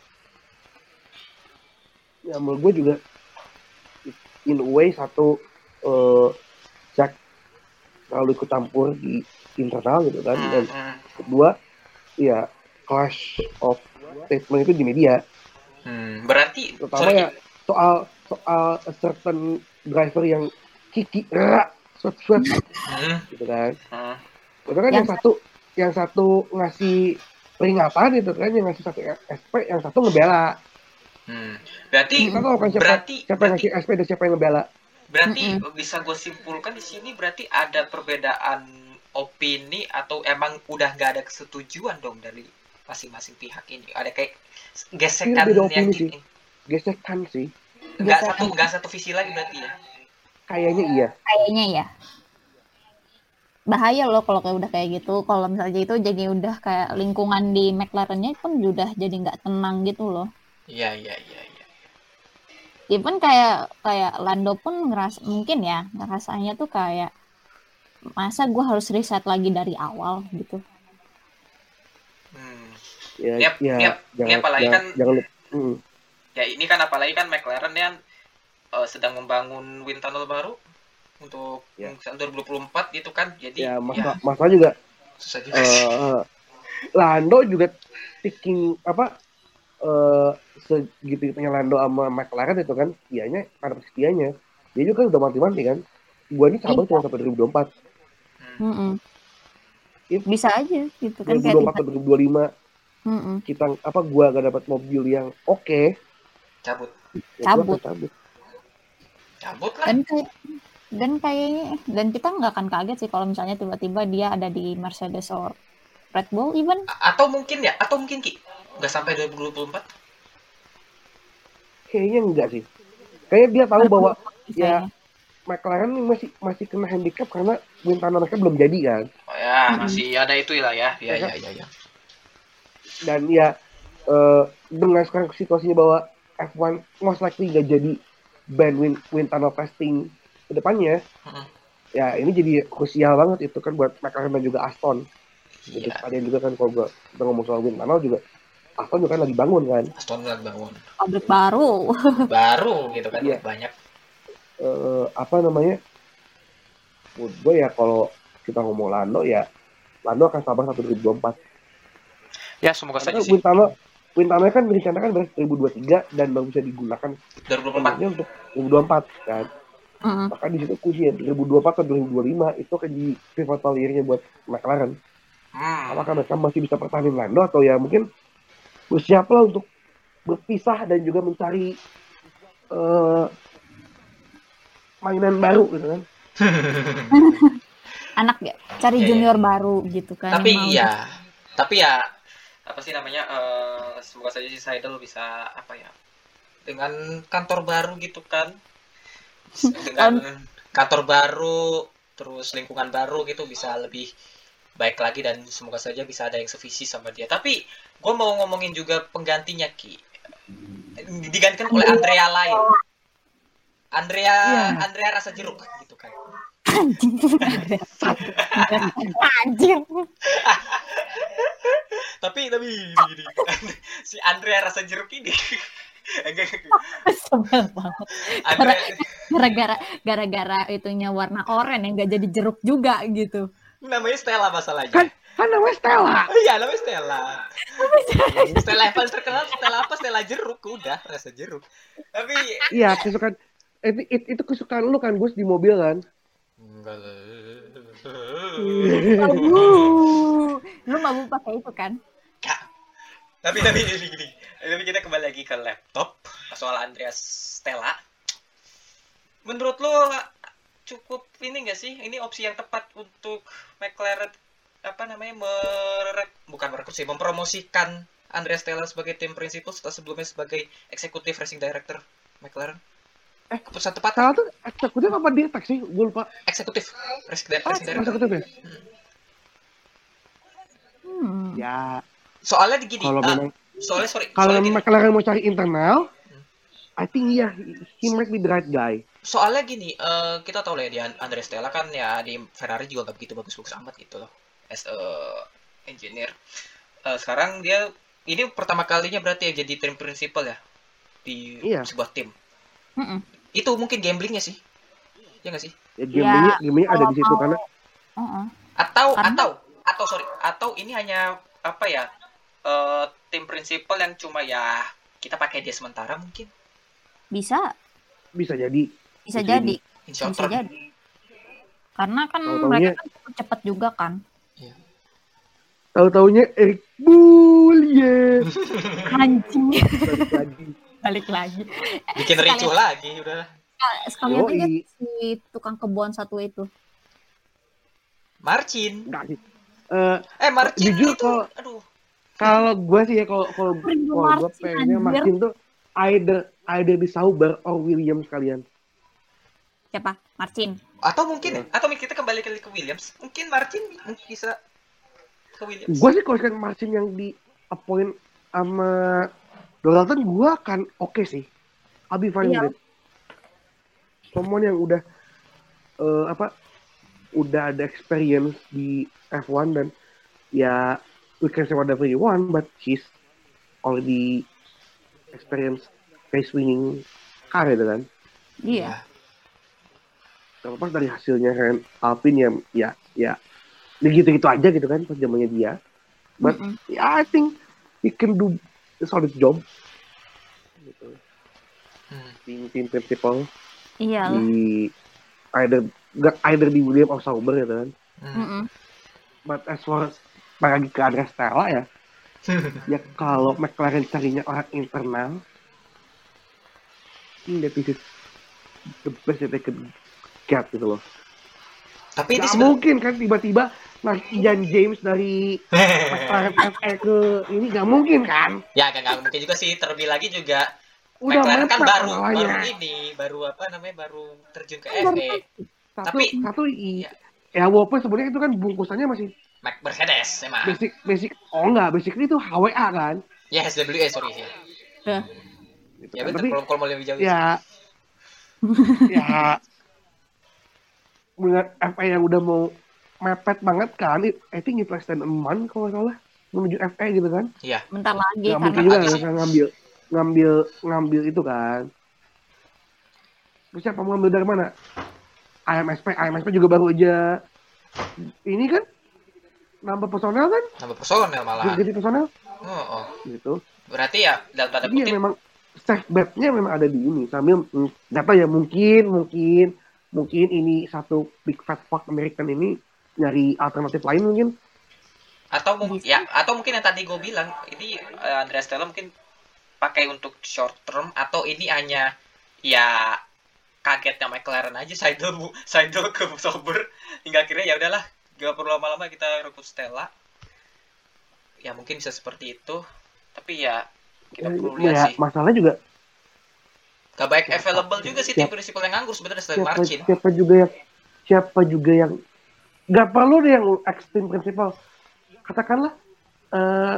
ya menurut gue juga in a way satu uh, Zack terlalu ikut campur di internal gitu kan, Hmm, dan hmm. kedua ya clash of statement itu di media, Hmm, berarti terutama sorry, ya soal soal a certain driver yang kiki rak sweat sweat Hmm, gitu kan. hmm. Itu kan yang, Yang satu yang satu ngasih peringatan itu kan, yang ngasih satu S P, yang satu ngebela. Hmm. Berarti Kita tahu kan siapa berarti siapa yang berarti ngasih S P dan siapa yang ngebela. berarti Mm-mm. bisa gue simpulkan di sini berarti ada perbedaan opini atau emang udah nggak ada kesetujuan dong dari masing-masing pihak ini. Ada kayak gesekan Beda yang opini sih. gitu. Gesekan sih. Nggak Gesekan. satu nggak satu visi lagi berarti ya. Kayaknya iya. Kayaknya ya. Bahaya loh kalau kayak udah kayak gitu. Kalau misalnya itu jadi udah kayak lingkungan di McLaren-nya pun udah jadi nggak tenang gitu loh. Iya iya iya iya. Even kayak kayak Lando pun ngeras mungkin ya ngerasanya tuh kayak masa gue harus reset lagi dari awal gitu. Hmm. Ya, Ini, ya ini, jangan, ini apalagi jangan, kan jangan lupa. Hmm. ya ini kan apalagi kan McLaren kan uh, sedang membangun wind tunnel baru untuk Ya. dua ribu dua puluh empat gitu kan. Jadi Ya, ya, masa, masa juga susah juga sih. eh Lando juga sticking apa eh segitu-gitunya Lando sama McLaren itu kan, dianya karena setianya dia juga kan udah mati-mati kan. Gua ini sabar Iya. cuma sampai dua ribu dua puluh empat. Hmm. Mm-mm. If- Bisa aja gitu kan dua ribu kayak dua puluh empat tiba- dua ribu dua puluh lima Mm-mm. kita apa gua gak dapat mobil yang oke, Cabut. ya gua Cabut. akan cabut. Cabut lah. Dan kayak dan kayaknya dan kita nggak akan kaget sih kalau misalnya tiba-tiba dia ada di Mercedes or Red Bull even. A- atau mungkin ya, atau mungkin Ki nggak sampai dua ribu dua puluh empat. Kayaknya enggak sih. Kayaknya dia tahu bahwa ya Kayaknya. McLaren ini masih masih kena handicap karena wind tunnel mereka belum jadi kan. Oh ya, Mm-mm. masih ada itu lah ya. Ya Ya ya ya ya. Dan ya eh, dengan sekarang situasinya bahwa F satu most likely gak jadi ban wind, wind tunnel testing ke depannya, Mm-mm. ya ini jadi krusial banget itu kan buat McLaren dan juga Aston. Gitu. Iya. Sekalian juga kan kalau gua kita ngomong soal wind tunnel juga, Aston juga kan lagi bangun kan. Aston Martin bangun. Pabrik baru. Baru gitu kan Iya. banyak. Eh, apa namanya? Menurut gue ya kalau kita ngomong Lando ya Lando akan sabar sampai dua ribu dua puluh empat. Ya semoga Karena saja sih. wind tunnel wind tunnel kan direncanakan pada dua ribu dua puluh tiga dan baru bisa digunakan dua ribu dua puluh empat. sebenarnya untuk dua ribu dua puluh empat kan. Mm-mm. Maka di situ kuncinya dua ribu dua puluh empat atau dua ribu dua puluh lima itu akan di pivotal year-nya buat McLaren. Hmm. Apakah mereka masih bisa pertahanin Lando atau ya mungkin bersiaplah untuk berpisah dan juga mencari eh, mainan baru gitu kan. Anak ya cari Iya, iya. junior baru gitu kan. Tapi yang mau iya, tapi ya apa sih namanya? eh, semoga saja si Seidel bisa apa ya? Dengan kantor baru gitu kan. Dengan kantor baru, terus lingkungan baru gitu bisa lebih baik lagi dan semoga saja bisa ada yang sevisi sama dia. Tapi gue mau ngomongin juga penggantinya Ki. Digantikan oleh Andrea lain. Andrea Iya. Andrea rasa jeruk gitu kan. anjing. Anjing. Tapi tapi gini, gini. Si Andrea rasa jeruk ini enggak Sebel banget. Andrea Gara-gara gara-gara itunya warna oranye yang nggak jadi jeruk juga gitu. namanya Stella masalahnya. Kan kan namanya Stella. Iya, namanya Stella. Stella yang paling terkenal Stella apa? Stella jeruk, udah rasa jeruk. Tapi Iya, kesukaan itu, itu, itu kesukaan lu kan Gus di mobil kan? enggak lah. Abu. Lu mabuk pakai itu kan? Kak. Tapi tapi gini gini. Tapi kita kembali lagi ke laptop soal Andreas Stella. Menurut lu cukup ini enggak sih? Ini opsi yang tepat untuk McLaren apa namanya merek bukan merekrut sih mempromosikan Andreas Stella sebagai tim principal setelah sebelumnya sebagai eksekutif racing director McLaren. Eh, keputusan tepat. Salah tuh eksekutif apa direct sih? Gue lupa. Eksekutif racing Ah, racing director. eksekutif ya? Hmm. Ya, Soalnya gini, kalau ah, memang soalnya sorry, kalau soalnya gini, McLaren mau cari internal, I think ya he might be the right guy. soalnya gini, eh, kita tahu lah ya di Andreas Stella kan ya di Ferrari juga gak begitu bagus-bagus amat gitu loh, as a engineer. Eh, sekarang dia ini pertama kalinya berarti ya jadi tim principal ya di Iya. sebuah tim. Mm-mm. Itu mungkin gamblingnya sih, ya nggak sih? Ya gamenya, Ya, gamenya ada kalau di situ mau- karena Uh-uh. Atau Karena- atau atau sorry, atau ini hanya apa ya eh, tim principal yang cuma ya kita pakai dia sementara mungkin Bisa, bisa jadi. bisa Bisa jadi, in short bisa term. jadi. Karena kan Tahu-taunya- mereka kan cepet juga kan. Tahu-taunya Eric Bullier Anjing. balik lagi. Balik lagi. Bikin Sekalian- ricuh lagi udah. Sekalian Yoi. aja si tukang kebun satu itu. Marcin. Enggak sih. Eh, Eh Marcin Jujur, itu kalau- aduh. kalau gue sih ya kalau kalau Rindu kalau gue Martin, pengennya anjir. Martin tuh either either di Sauber or Williams kalian. Siapa? Marcin. Atau mungkin Iya. atau mungkin kita kembali ke, ke Williams. Mungkin Marcin mungkin bisa ke Williams. Gue sih kalau kan Martin yang di appoint sama Donaldson gue akan oke sih. I'll be fine Iya. with it. Someone yang udah eh, apa udah ada experience di F one dan ya we can say whatever you want but she's already experienced race winning car gitu kan. Iya. Terlepas dari hasilnya kan Alpine ya ya ya ya gitu-gitu aja gitu kan pas zamannya dia. But Mm-mm. yeah, I think he can do a solid job. Gitu. Hmm. Tim tim principal Iya lah. di either gak either di Williams atau Sauber gitu kan. Hmm. Mm-mm. But as far as balik lagi ke Andreas Stella ya, ya kalau McLaren carinya orang internal, I think that this is the best that they could get gitu loh. Tapi ini Gak sebenarnya mungkin kan tiba-tiba ngasih Ian James dari McLaren F E ke ini gak mungkin kan? ya gak, gak mungkin juga sih, terlebih lagi juga Udah McLaren kan mepet baru masalahnya. baru ini baru apa namanya baru terjun ke Kan F E. Satu, Tapi- satu i, ya walaupun sebenarnya itu kan bungkusannya masih Mac Mercedes emang. basic basic oh enggak basically itu H W A kan? Ya S W E sorry sih. Udah. Gitu Ya kan. betul Tapi kalau kalau mau lebih jauh. ya ya melihat F E yang udah mau mepet banget kan, I think it's less than a month kalau nggak salah menuju F E gitu kan. Iya. Bentar lagi Nggak karena mungkin juga lagi sih. kan ngambil ngambil ngambil itu kan. Terus siapa mau ngambil dari mana? I M S P, I M S P juga baru aja ini kan nambah personel kan, Nambah personel malah. jadi personel Oh, oh. gitu. Berarti ya dalam tanda Jadi ya kutip memang safe bet-nya memang ada di ini sambil mm, nggak tahu ya mungkin mungkin mungkin ini satu big fat fuck American ini nyari alternatif lain mungkin. atau mungkin Bisa. ya atau mungkin yang tadi gue bilang ini eh, Andreas Stella mungkin pakai untuk short term atau ini hanya ya kagetnya McLaren aja Seidel bu Seidel ke Sauber hingga akhirnya ya udahlah gak perlu lama-lama kita rekrut Stella ya mungkin bisa seperti itu tapi ya kita perlu lihat Ya, sih masalahnya juga gak baik available juga sih tim Siapa- prinsipal yang nganggur sebenarnya selain siapa, Marcin siapa juga yang siapa juga yang nggak perlu deh yang ekstrim principal, katakanlah eh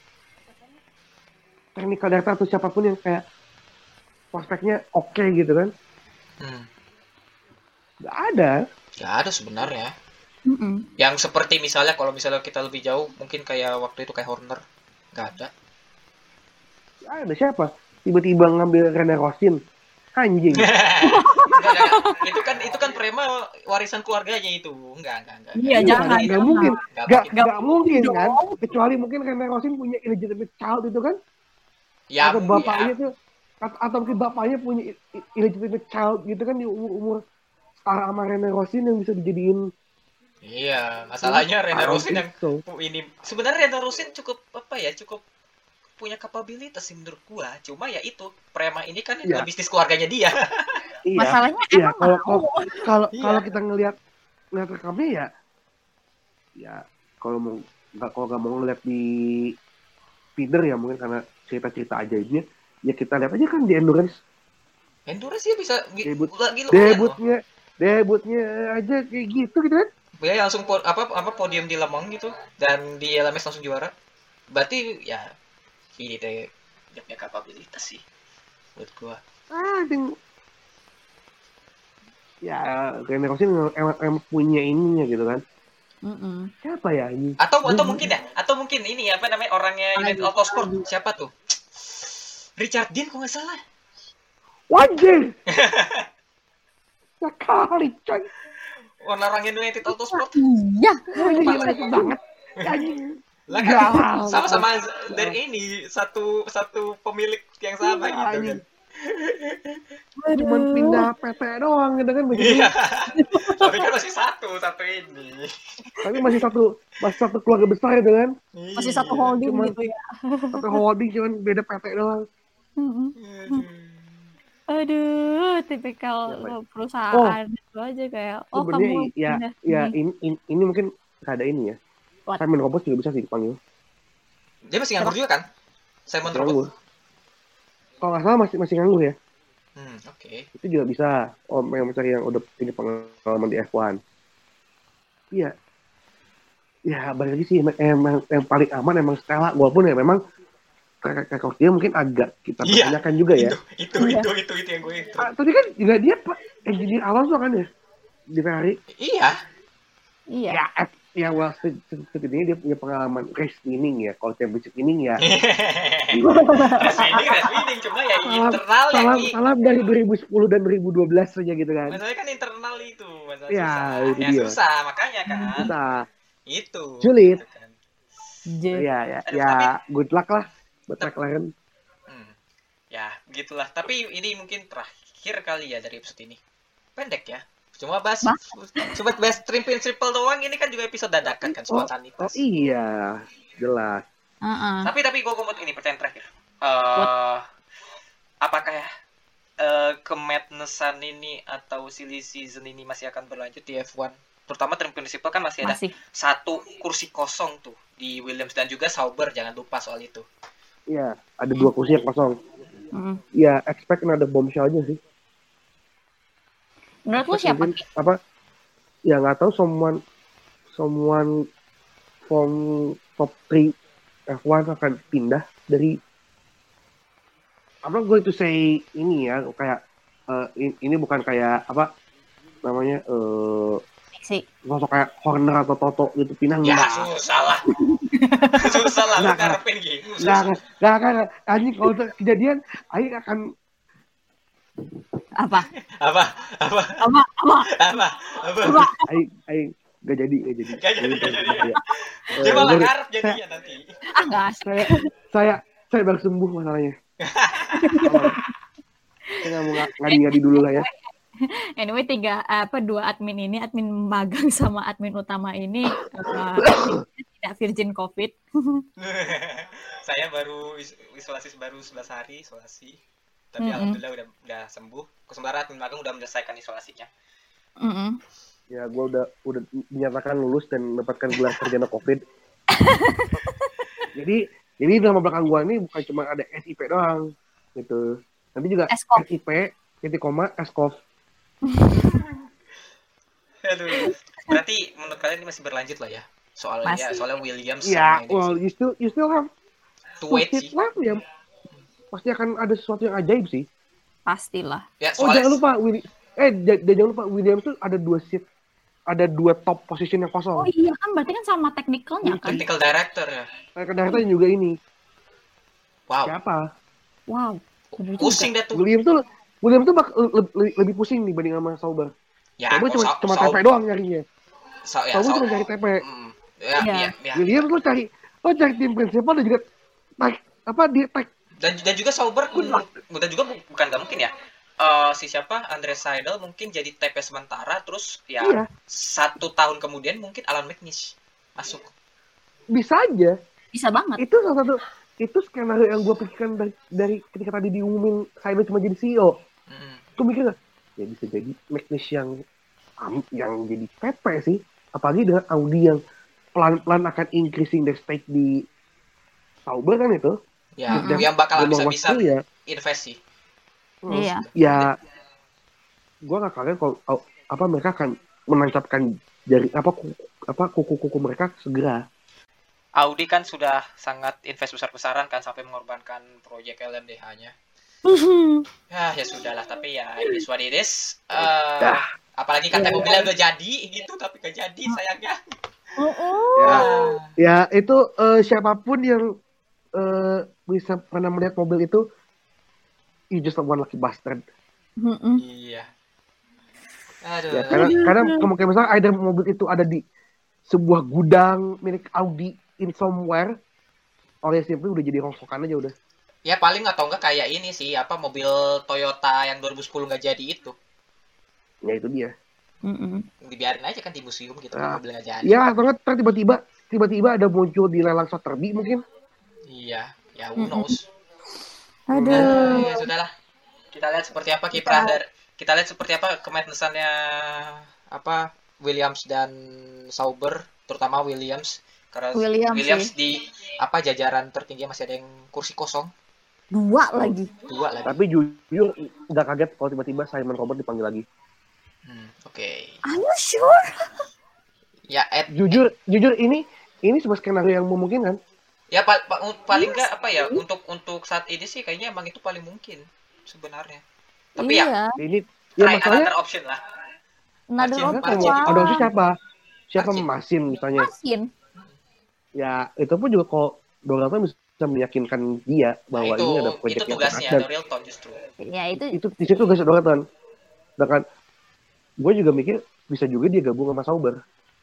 technical director atau siapapun yang kayak prospeknya oke gitu kan, hmm. nggak ada. gak ada sebenarnya Mm-mm. yang seperti misalnya kalau misalnya kita lebih jauh mungkin kayak waktu itu kayak Horner gak ada Nggak ada siapa tiba-tiba ngambil Rene Rosin Anjing. Enggak, enggak. Itu kan itu kan Prema warisan keluarganya itu. Enggak, enggak, enggak. Iya, Iya, jangan. nggak mungkin. Enggak Gak, mungkin. gak mungkin Dong. kan, kecuali mungkin Rene Rosin punya illegitimate child itu kan, Ya, atau bapaknya ya. tuh, atau, atau mungkin bapaknya punya i- i- illegitimate child gitu kan di umur-umur setara sama Rene Rosin yang bisa dijadiin. Iya, masalahnya Rene I don't Rosin yang think so. ini sebenarnya Rene Rosin cukup apa ya, cukup punya kapabilitas sih menurut gua. Cuma ya itu, Prema ini kan Iya. bisnis keluarganya dia. Iya, Masalahnya iya. emang Kalau mau. kalau kalau Iya. kalau kita ngelihat ngelihat rekamnya ya, ya kalau mau nggak kalau nggak mau ngelihat di feeder ya mungkin karena cerita-cerita ajaibnya, ya kita lihat aja kan di endurance Endurance dia bisa gi- Debut. lagi lumayan loh. debutnya, debutnya aja kayak gitu gitu kan. Dia langsung po- apa apa podium di Le Mans gitu dan di L M S langsung juara. Berarti ya ini teh dia punya kapabilitas sih buat gua. Ah, ding. Ya, Rene Rosin emang, emang punya ininya gitu kan. Mm-mm. Siapa ya ini? Atau atau mungkin ya, atau mungkin ini apa namanya orangnya United Autosport siapa tuh? Richard Dean kok nggak salah. Wajib. Sekali coy. Orang-orang United Autosport. Iya. Ini gila banget. Anjing. Lah kan Galau. sama-sama dari ini satu satu pemilik yang sama Iya, gitu kan. Cuman pindah P T doang gitu kan begitu. Iya. Tapi kan masih satu, satu ini. Tapi masih satu masih satu keluarga besar gitu kan. Masih satu holding Cuman- gitu ya. Satu holding cuman beda P T doang. Mm-mm. Aduh, tipikal Siapa ya? perusahaan itu aja kayak oh Sebenarnya kamu ya pindah ya sini. ini, ini, ini mungkin nggak ada ini ya. What? Simon Roberts juga bisa sih dipanggil. Dia masih nganggur juga kan? Simon Nganggur. Robert. Kalau nggak salah masih masih nganggur ya. Hmm, oke. Itu juga bisa. Oh, yang mencari yang udah punya pengalaman di F satu. Iya. Ya, balik lagi sih emang, emang yang paling aman emang Stella. Walaupun ya memang track record dia mungkin agak kita Iya. pertanyakan juga ya. Itu, itu, Iya. itu, itu, itu yang gue itu. Ah, tadi kan juga dia Pak engineer Alonso kan ya di Ferrari. Iya. Iya. Ya, at, ya well, se- se- setidaknya dia punya pengalaman race winning ya. Kalau championship winning ya. Race winning, race winning. Cuma ya salam, internal yang salam, i- salam dari dua ribu sepuluh dan dua ribu dua belas saja gitu kan. masalahnya kan internal itu. Masalah Ya, susah. itu Ya dia. susah, makanya kan. Kita, Itu. Sulit. Gitu kan. J. ya, ya, Aduh, ya, tapi- good luck lah buat McLaren. Hmm. Ya, begitulah. Tapi ini mungkin terakhir kali ya dari episode ini. Pendek ya. Cuma bahas, Bah. cuma bahas triple triple doang. Ini kan juga episode dadakan kan, Oh, spontanitas. oh iya, jelas. Uh-uh. Tapi tapi gue mau ini pertanyaan terakhir. Eh, apakah ya eh, kemadnessan ini atau silly season ini masih akan berlanjut di F satu? Terutama trim principal kan masih ada Masih. satu kursi kosong tuh di Williams dan juga Sauber, jangan lupa soal itu. Iya, ada dua kursi yang kosong. Mm. Ya, expect ada bombshell-nya sih. Menurut lu Terus siapa? mungkin, apa? Ya nggak tahu someone someone from top three F satu akan pindah dari. I'm not going to say ini ya kayak eh, in- ini bukan kayak apa namanya eh Sih. sosok kayak Horner atau Toto gitu pindah Ya enggak. susah lah. Susah lah lu Nggak, ngarepin gitu. Nggak, nggak, nggak akan. Anjing kalau itu kejadian, Aing akan Apa? Apa? Apa? Apa? Apa? Apa? Apa? Apa? Aing, Aing nggak jadi, nggak jadi. Gak jadi, gak jadi. Ya. Eh, Dia malah baru- ngarep jadinya nanti. Ah, nggak asik. saya, saya, saya baru sembuh masalahnya. Saya nggak mau nga- ngadi-ngadi dulu lah ya. Anyway, tiga apa dua admin ini, admin magang sama admin utama ini uh, tidak virgin COVID. Saya baru is- isolasi baru sebelas hari isolasi. Tapi Mm-mm. alhamdulillah udah udah sembuh. Sementara admin magang udah menyelesaikan isolasinya. Mm-mm. Ya, gue udah udah dinyatakan lulus dan mendapatkan gelar sarjana COVID. jadi, jadi nama belakang gue ini bukan cuma ada S I P doang, gitu. Nanti juga Eskov. S I P, titik koma, Eskov. Aduh. Berarti menurut kalian ini masih berlanjut lah ya? Soalnya Masih. soalnya Williams Ya, sama ini well, you still, you still have to two wait seats sih. left ya. Pasti akan ada sesuatu yang ajaib sih. Pastilah. Ya, Oh, soalnya jangan lupa, Willy, eh, j- jangan lupa Williams tuh ada dua seat, ada dua top position yang Oh kosong. iya kan berarti kan sama technicalnya kan. technical director ya. Kayak kedaratan juga ini. Wow. Siapa? Wow. Bener juga. Pusing dah tuh. Williams tuh William tuh bak- le- le- lebih pusing dibanding sama Sauber. Ya, Sauber kok cuma Sau- cuma Sau- T P doang nyarinya. Sau- ya, Sauber Sau- cuma cari T P. Hmm, ya, Iya. iya, ya. William lo cari lo cari tim prinsipal dan juga tag apa di tag Dan dan juga Sauber dan juga bu- bukan nggak mungkin ya. Eh, si siapa Andre Seidel mungkin jadi T P sementara terus ya Iya. satu tahun kemudian mungkin Alan McNish masuk. bisa aja. Bisa banget. Itu salah satu itu skenario yang gue pikirkan dari, dari ketika tadi diumumin Seidel cuma jadi C E O. Hmm. Gue mikir ya bisa jadi McNish yang yang jadi P P sih. Apalagi dengan Audi yang pelan-pelan akan increasing their stake di Sauber kan itu. Ya, Mm-mm. yang bakal Dan bisa-bisa waktu ya, invest sih. Iya. ya gue gak kaget kalau kalau- apa mereka akan menancapkan jari apa kuku, apa kuku-kuku mereka segera. Audi kan sudah sangat invest besar-besaran kan sampai mengorbankan proyek L M D H-nya. Ya, ya sudahlah, tapi ya ini what it is. Eh, Dah. apalagi kata mobilnya udah jadi gitu, tapi gak jadi sayangnya. Ya, Ah. ya itu eh, siapapun yang eh, bisa pernah melihat mobil itu, you just one lucky bastard. Mm-mm. Iya. Aduh. Ya, karena karena kemungkinan besar either mobil itu ada di sebuah gudang milik Audi in somewhere, oleh simply udah jadi rongsokan aja udah. Ya paling atau enggak kayak ini sih, apa mobil Toyota yang dua ribu sepuluh nggak jadi itu. Ya itu dia. Mm-mm. Dibiarin aja kan di museum gitu, Ah. mobil nggak jadi. Ya atau nggak ntar tiba-tiba tiba-tiba ada muncul di lelang Sotheby mungkin. Iya, ya who knows. Aduh. Nah, ya sudahlah. Kita lihat seperti apa kiprah dari kita lihat seperti apa kemadnessannya apa Williams dan Sauber, terutama Williams karena Williams Williams sih. di apa jajaran tertinggi masih ada yang kursi kosong, Dua lagi. dua lagi. Tapi jujur nggak kaget kalau tiba-tiba Simon Robert dipanggil lagi. Hmm, oke. Are you sure? Ya, Ed, Jujur jujur ini ini sebuah skenario yang memungkinkan. ya pa- pa- paling nggak apa ya untuk untuk saat ini sih kayaknya emang itu paling mungkin sebenarnya. Tapi ya Iya. Ini ya try masalahnya another option lah. Another Marcin, option. Marcin. ada opsi siapa? Siapa Marcin. Masin misalnya. Masin. Ya itu pun juga kalau Dorilton bisa meyakinkan dia Nah, bahwa itu ini ada itu proyek yang tugasnya dan Dorilton justru. Ya itu. itu di situ guys Dorilton. Sedangkan gue juga mikir bisa juga dia gabung sama Sauber.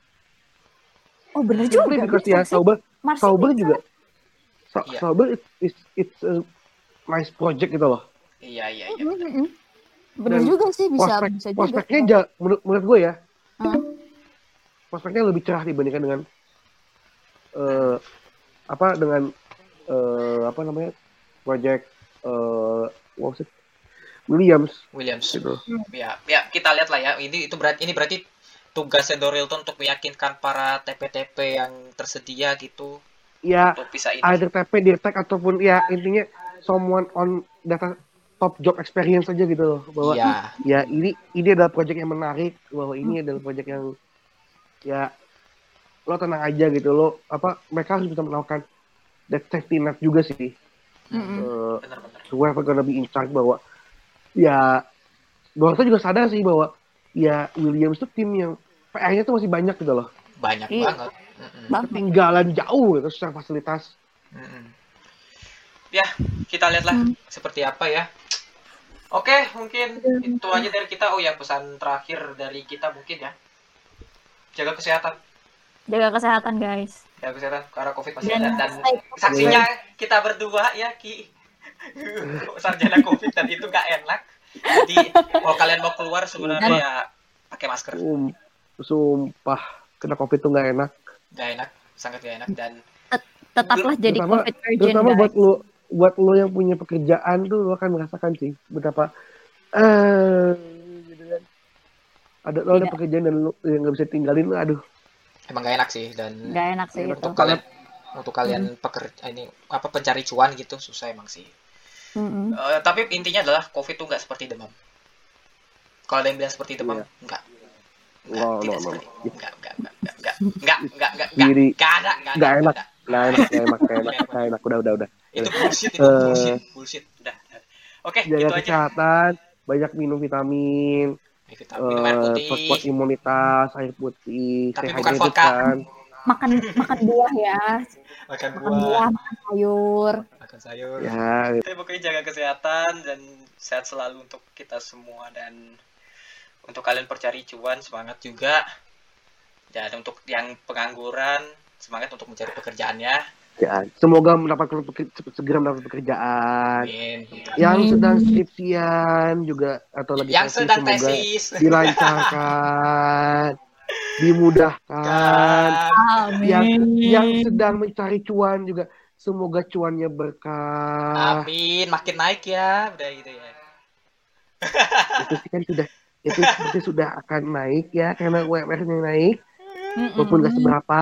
Oh bener juga. Simply because ya bisa sih. Sauber Marsin Sauber bisa. juga Sa- Iya. Sauber it, it's it's a nice project gitu loh. Iya iya iya. Mm-mm. Bener Dan juga sih bisa Prospek, bisa juga. prospeknya ja- menurut, menurut gue ya, Hmm. prospeknya lebih cerah dibandingkan dengan eh apa dengan eh apa namanya project eh what was it? Williams Williams. gitu. Ya, ya kita lihat lah ya. Ini itu berarti ini berarti tugasnya Dorilton untuk meyakinkan para T P T P yang tersedia gitu Ya untuk bisa ini. either T P direct ataupun ya intinya someone on data top job experience aja gitu loh bahwa Iya. ya ini ini adalah project yang menarik, bahwa ini adalah project yang ya lo tenang aja gitu lo apa mereka harus bisa melakukan that safety net juga sih. Mm-mm. Eh, Benar-benar. whoever gonna be in charge bahwa ya Dorto juga sadar sih bahwa ya Williams tuh tim yang P R-nya tuh masih banyak gitu loh, Banyak Iya. banget. Mm-mm. Banget. ketinggalan jauh gitu secara fasilitas. Mm-mm. Ya, kita lihatlah Hmm. seperti apa ya. Oke, mungkin itu aja dari kita. Oh ya, pesan terakhir dari kita mungkin ya. Jaga kesehatan. Jaga kesehatan guys. Jaga kesehatan karena Covid masih Dan ada dan stay saksinya kita berdua ya Ki. Sarjana Covid dan itu gak enak. Jadi kalau kalian mau keluar sebenarnya Dan- ya pakai masker. Um, sumpah kena covid tuh nggak enak. Gak enak, sangat gak enak dan Tetaplah jadi Terutama- COVID virgin Terutama guys. buat lo buat lo yang punya pekerjaan tuh lo akan merasakan sih betapa eh gitu kan. Ada lo ada Tidak. pekerjaan dan lo yang nggak bisa tinggalin lo, aduh. emang gak enak sih dan Gak enak sih itu. untuk kalian untuk kalian pekerja ini apa pencari cuan gitu susah emang sih. Mm-mm. Eh, tapi intinya adalah COVID tuh nggak seperti demam. Kalau ada yang bilang seperti demam, Iya. enggak. Enggak, No, no, tidak no, seperti. no. Enggak, enggak, enggak, enggak, enggak, enggak, enggak, enggak, Diri. enggak ada, enggak ada, Nggak enak. ada. Nggak enak, nggak enak, nggak enak, nggak enak. Udah, udah, udah. Itu bullshit, itu Eh. bullshit, bullshit. Udah. Oke, Jaga itu aja. kesehatan, banyak minum vitamin, Ini vitamin, minum air eh putih. perkuat imunitas, air putih, Tapi stay bukan hydrated vodka. kan. Makan makan buah ya. Makan Makan buah, buah. makan sayur. makan sayur. Ya, Tapi pokoknya jaga kesehatan dan sehat selalu untuk kita semua, dan untuk kalian pencari cuan semangat juga. Dan untuk yang pengangguran semangat untuk mencari pekerjaannya. ya. Semoga mendapatkan peker- segera mendapat pekerjaan. Amin. Yang Amin. sedang skripsian juga atau lagi Yang tesis, sedang semoga tesis. dilancarkan, dimudahkan. Amin. Yang yang sedang mencari cuan juga semoga cuannya berkah. Amin, makin naik ya, udah gitu ya. Itu sih kan sudah itu seperti sudah akan naik ya karena U M R-nya naik walaupun nggak seberapa.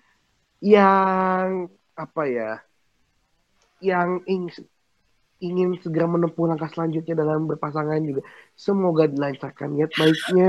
Yang apa ya? Yang ingin ingin segera menempuh langkah selanjutnya dalam berpasangan juga semoga dilancarkan niat baiknya.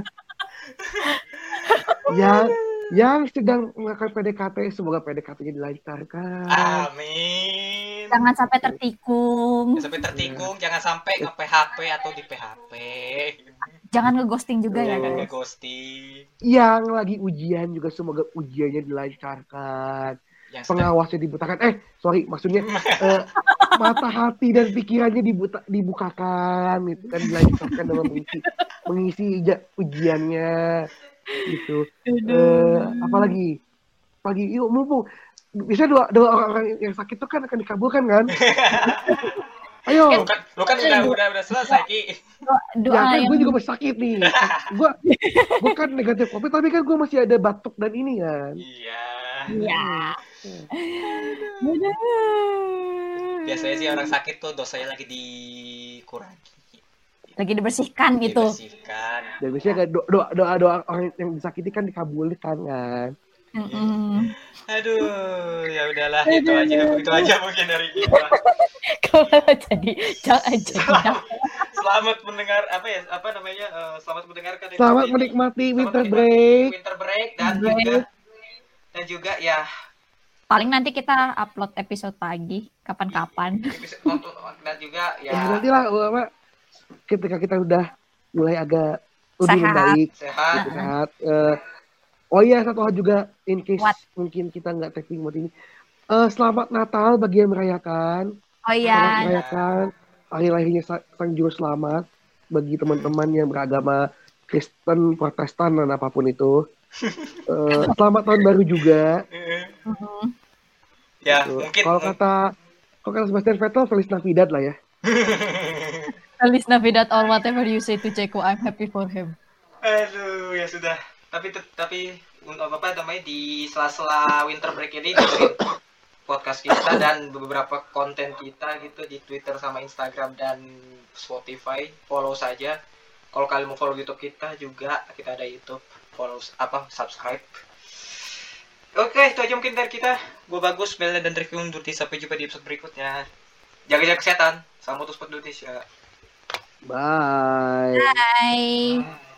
Yang yang sedang melakukan P D K T semoga P D K T-nya dilancarkan. Amin. Jangan sampai tertikung. Jangan sampai tertikung, jangan sampai nge-P H P atau di P H P. Jangan nge-ghosting juga ya, Jangan guys. nge-ghosting. Yang lagi ujian juga semoga ujiannya dilancarkan. Yang sedang Pengawasnya dibutakan. Eh, sorry, maksudnya eh, mata hati dan pikirannya dibuta, dibukakan, itu kan dilancarkan dalam mengisi mengisi ija- ujiannya, gitu. Eh, apalagi, pagi, yuk mumpung. Bisa doa doa orang-orang yang sakit itu kan akan dikabulkan kan? Ayo. lu kan, lu kan udah udah udah selesai Ki. Doa, doa Ya kan yang gue juga masih sakit nih. Gue gue kan negatif COVID tapi kan gue masih ada batuk dan ini kan. Iya. ya. Biasanya sih orang sakit tuh dosanya lagi dikurangi. Lagi dibersihkan gitu. Dibersihkan. Dan biasanya kan do- doa doa doa orang yang disakiti kan dikabulkan kan. Mm-mm. Aduh, ya udahlah itu aja itu aja mungkin dari kita. Kalau jadi jangan jadi. Selamat, selamat mendengar apa ya apa namanya eh, selamat mendengarkan Selamat episode ini. menikmati Selamat winter menikmati break. winter break dan Break. juga dan juga ya Paling nanti kita upload episode pagi kapan-kapan. episode untuk dan juga Ya, ya nanti lah apa ketika kita udah mulai agak lebih Sehat. membaik, sehat. sehat. Eh, oh iya satu hal juga in case What? mungkin kita nggak tapping buat ini. Eh, selamat Natal bagi yang merayakan. Oh Selamat iya, merayakan hari lahirnya Sa- Sang Juru Selamat bagi teman-teman yang beragama Kristen, Protestan dan apapun itu. Eh, selamat tahun baru juga. Mhm. Ya, Tuh. mungkin Kalau kata kalau kata Sebastian Vettel, Feliz Navidad lah ya. Feliz Navidad or whatever you say to Ceko, I'm happy for him. aduh, ya sudah. Tapi tet- tapi untuk apa namanya di sela-sela winter break ini dengerin podcast kita dan beberapa konten kita gitu di Twitter sama Instagram dan Spotify. Follow saja. Kalau kalian mau follow YouTube kita juga, kita ada YouTube. Follow apa subscribe. Oke, itu aja mungkin dari kita. Gue Bagus, Mela dan Review undur diri. Sampai jumpa di episode berikutnya. Jaga-jaga kesehatan. Salam untuk Sport Indonesia. Bye. Bye. Bye.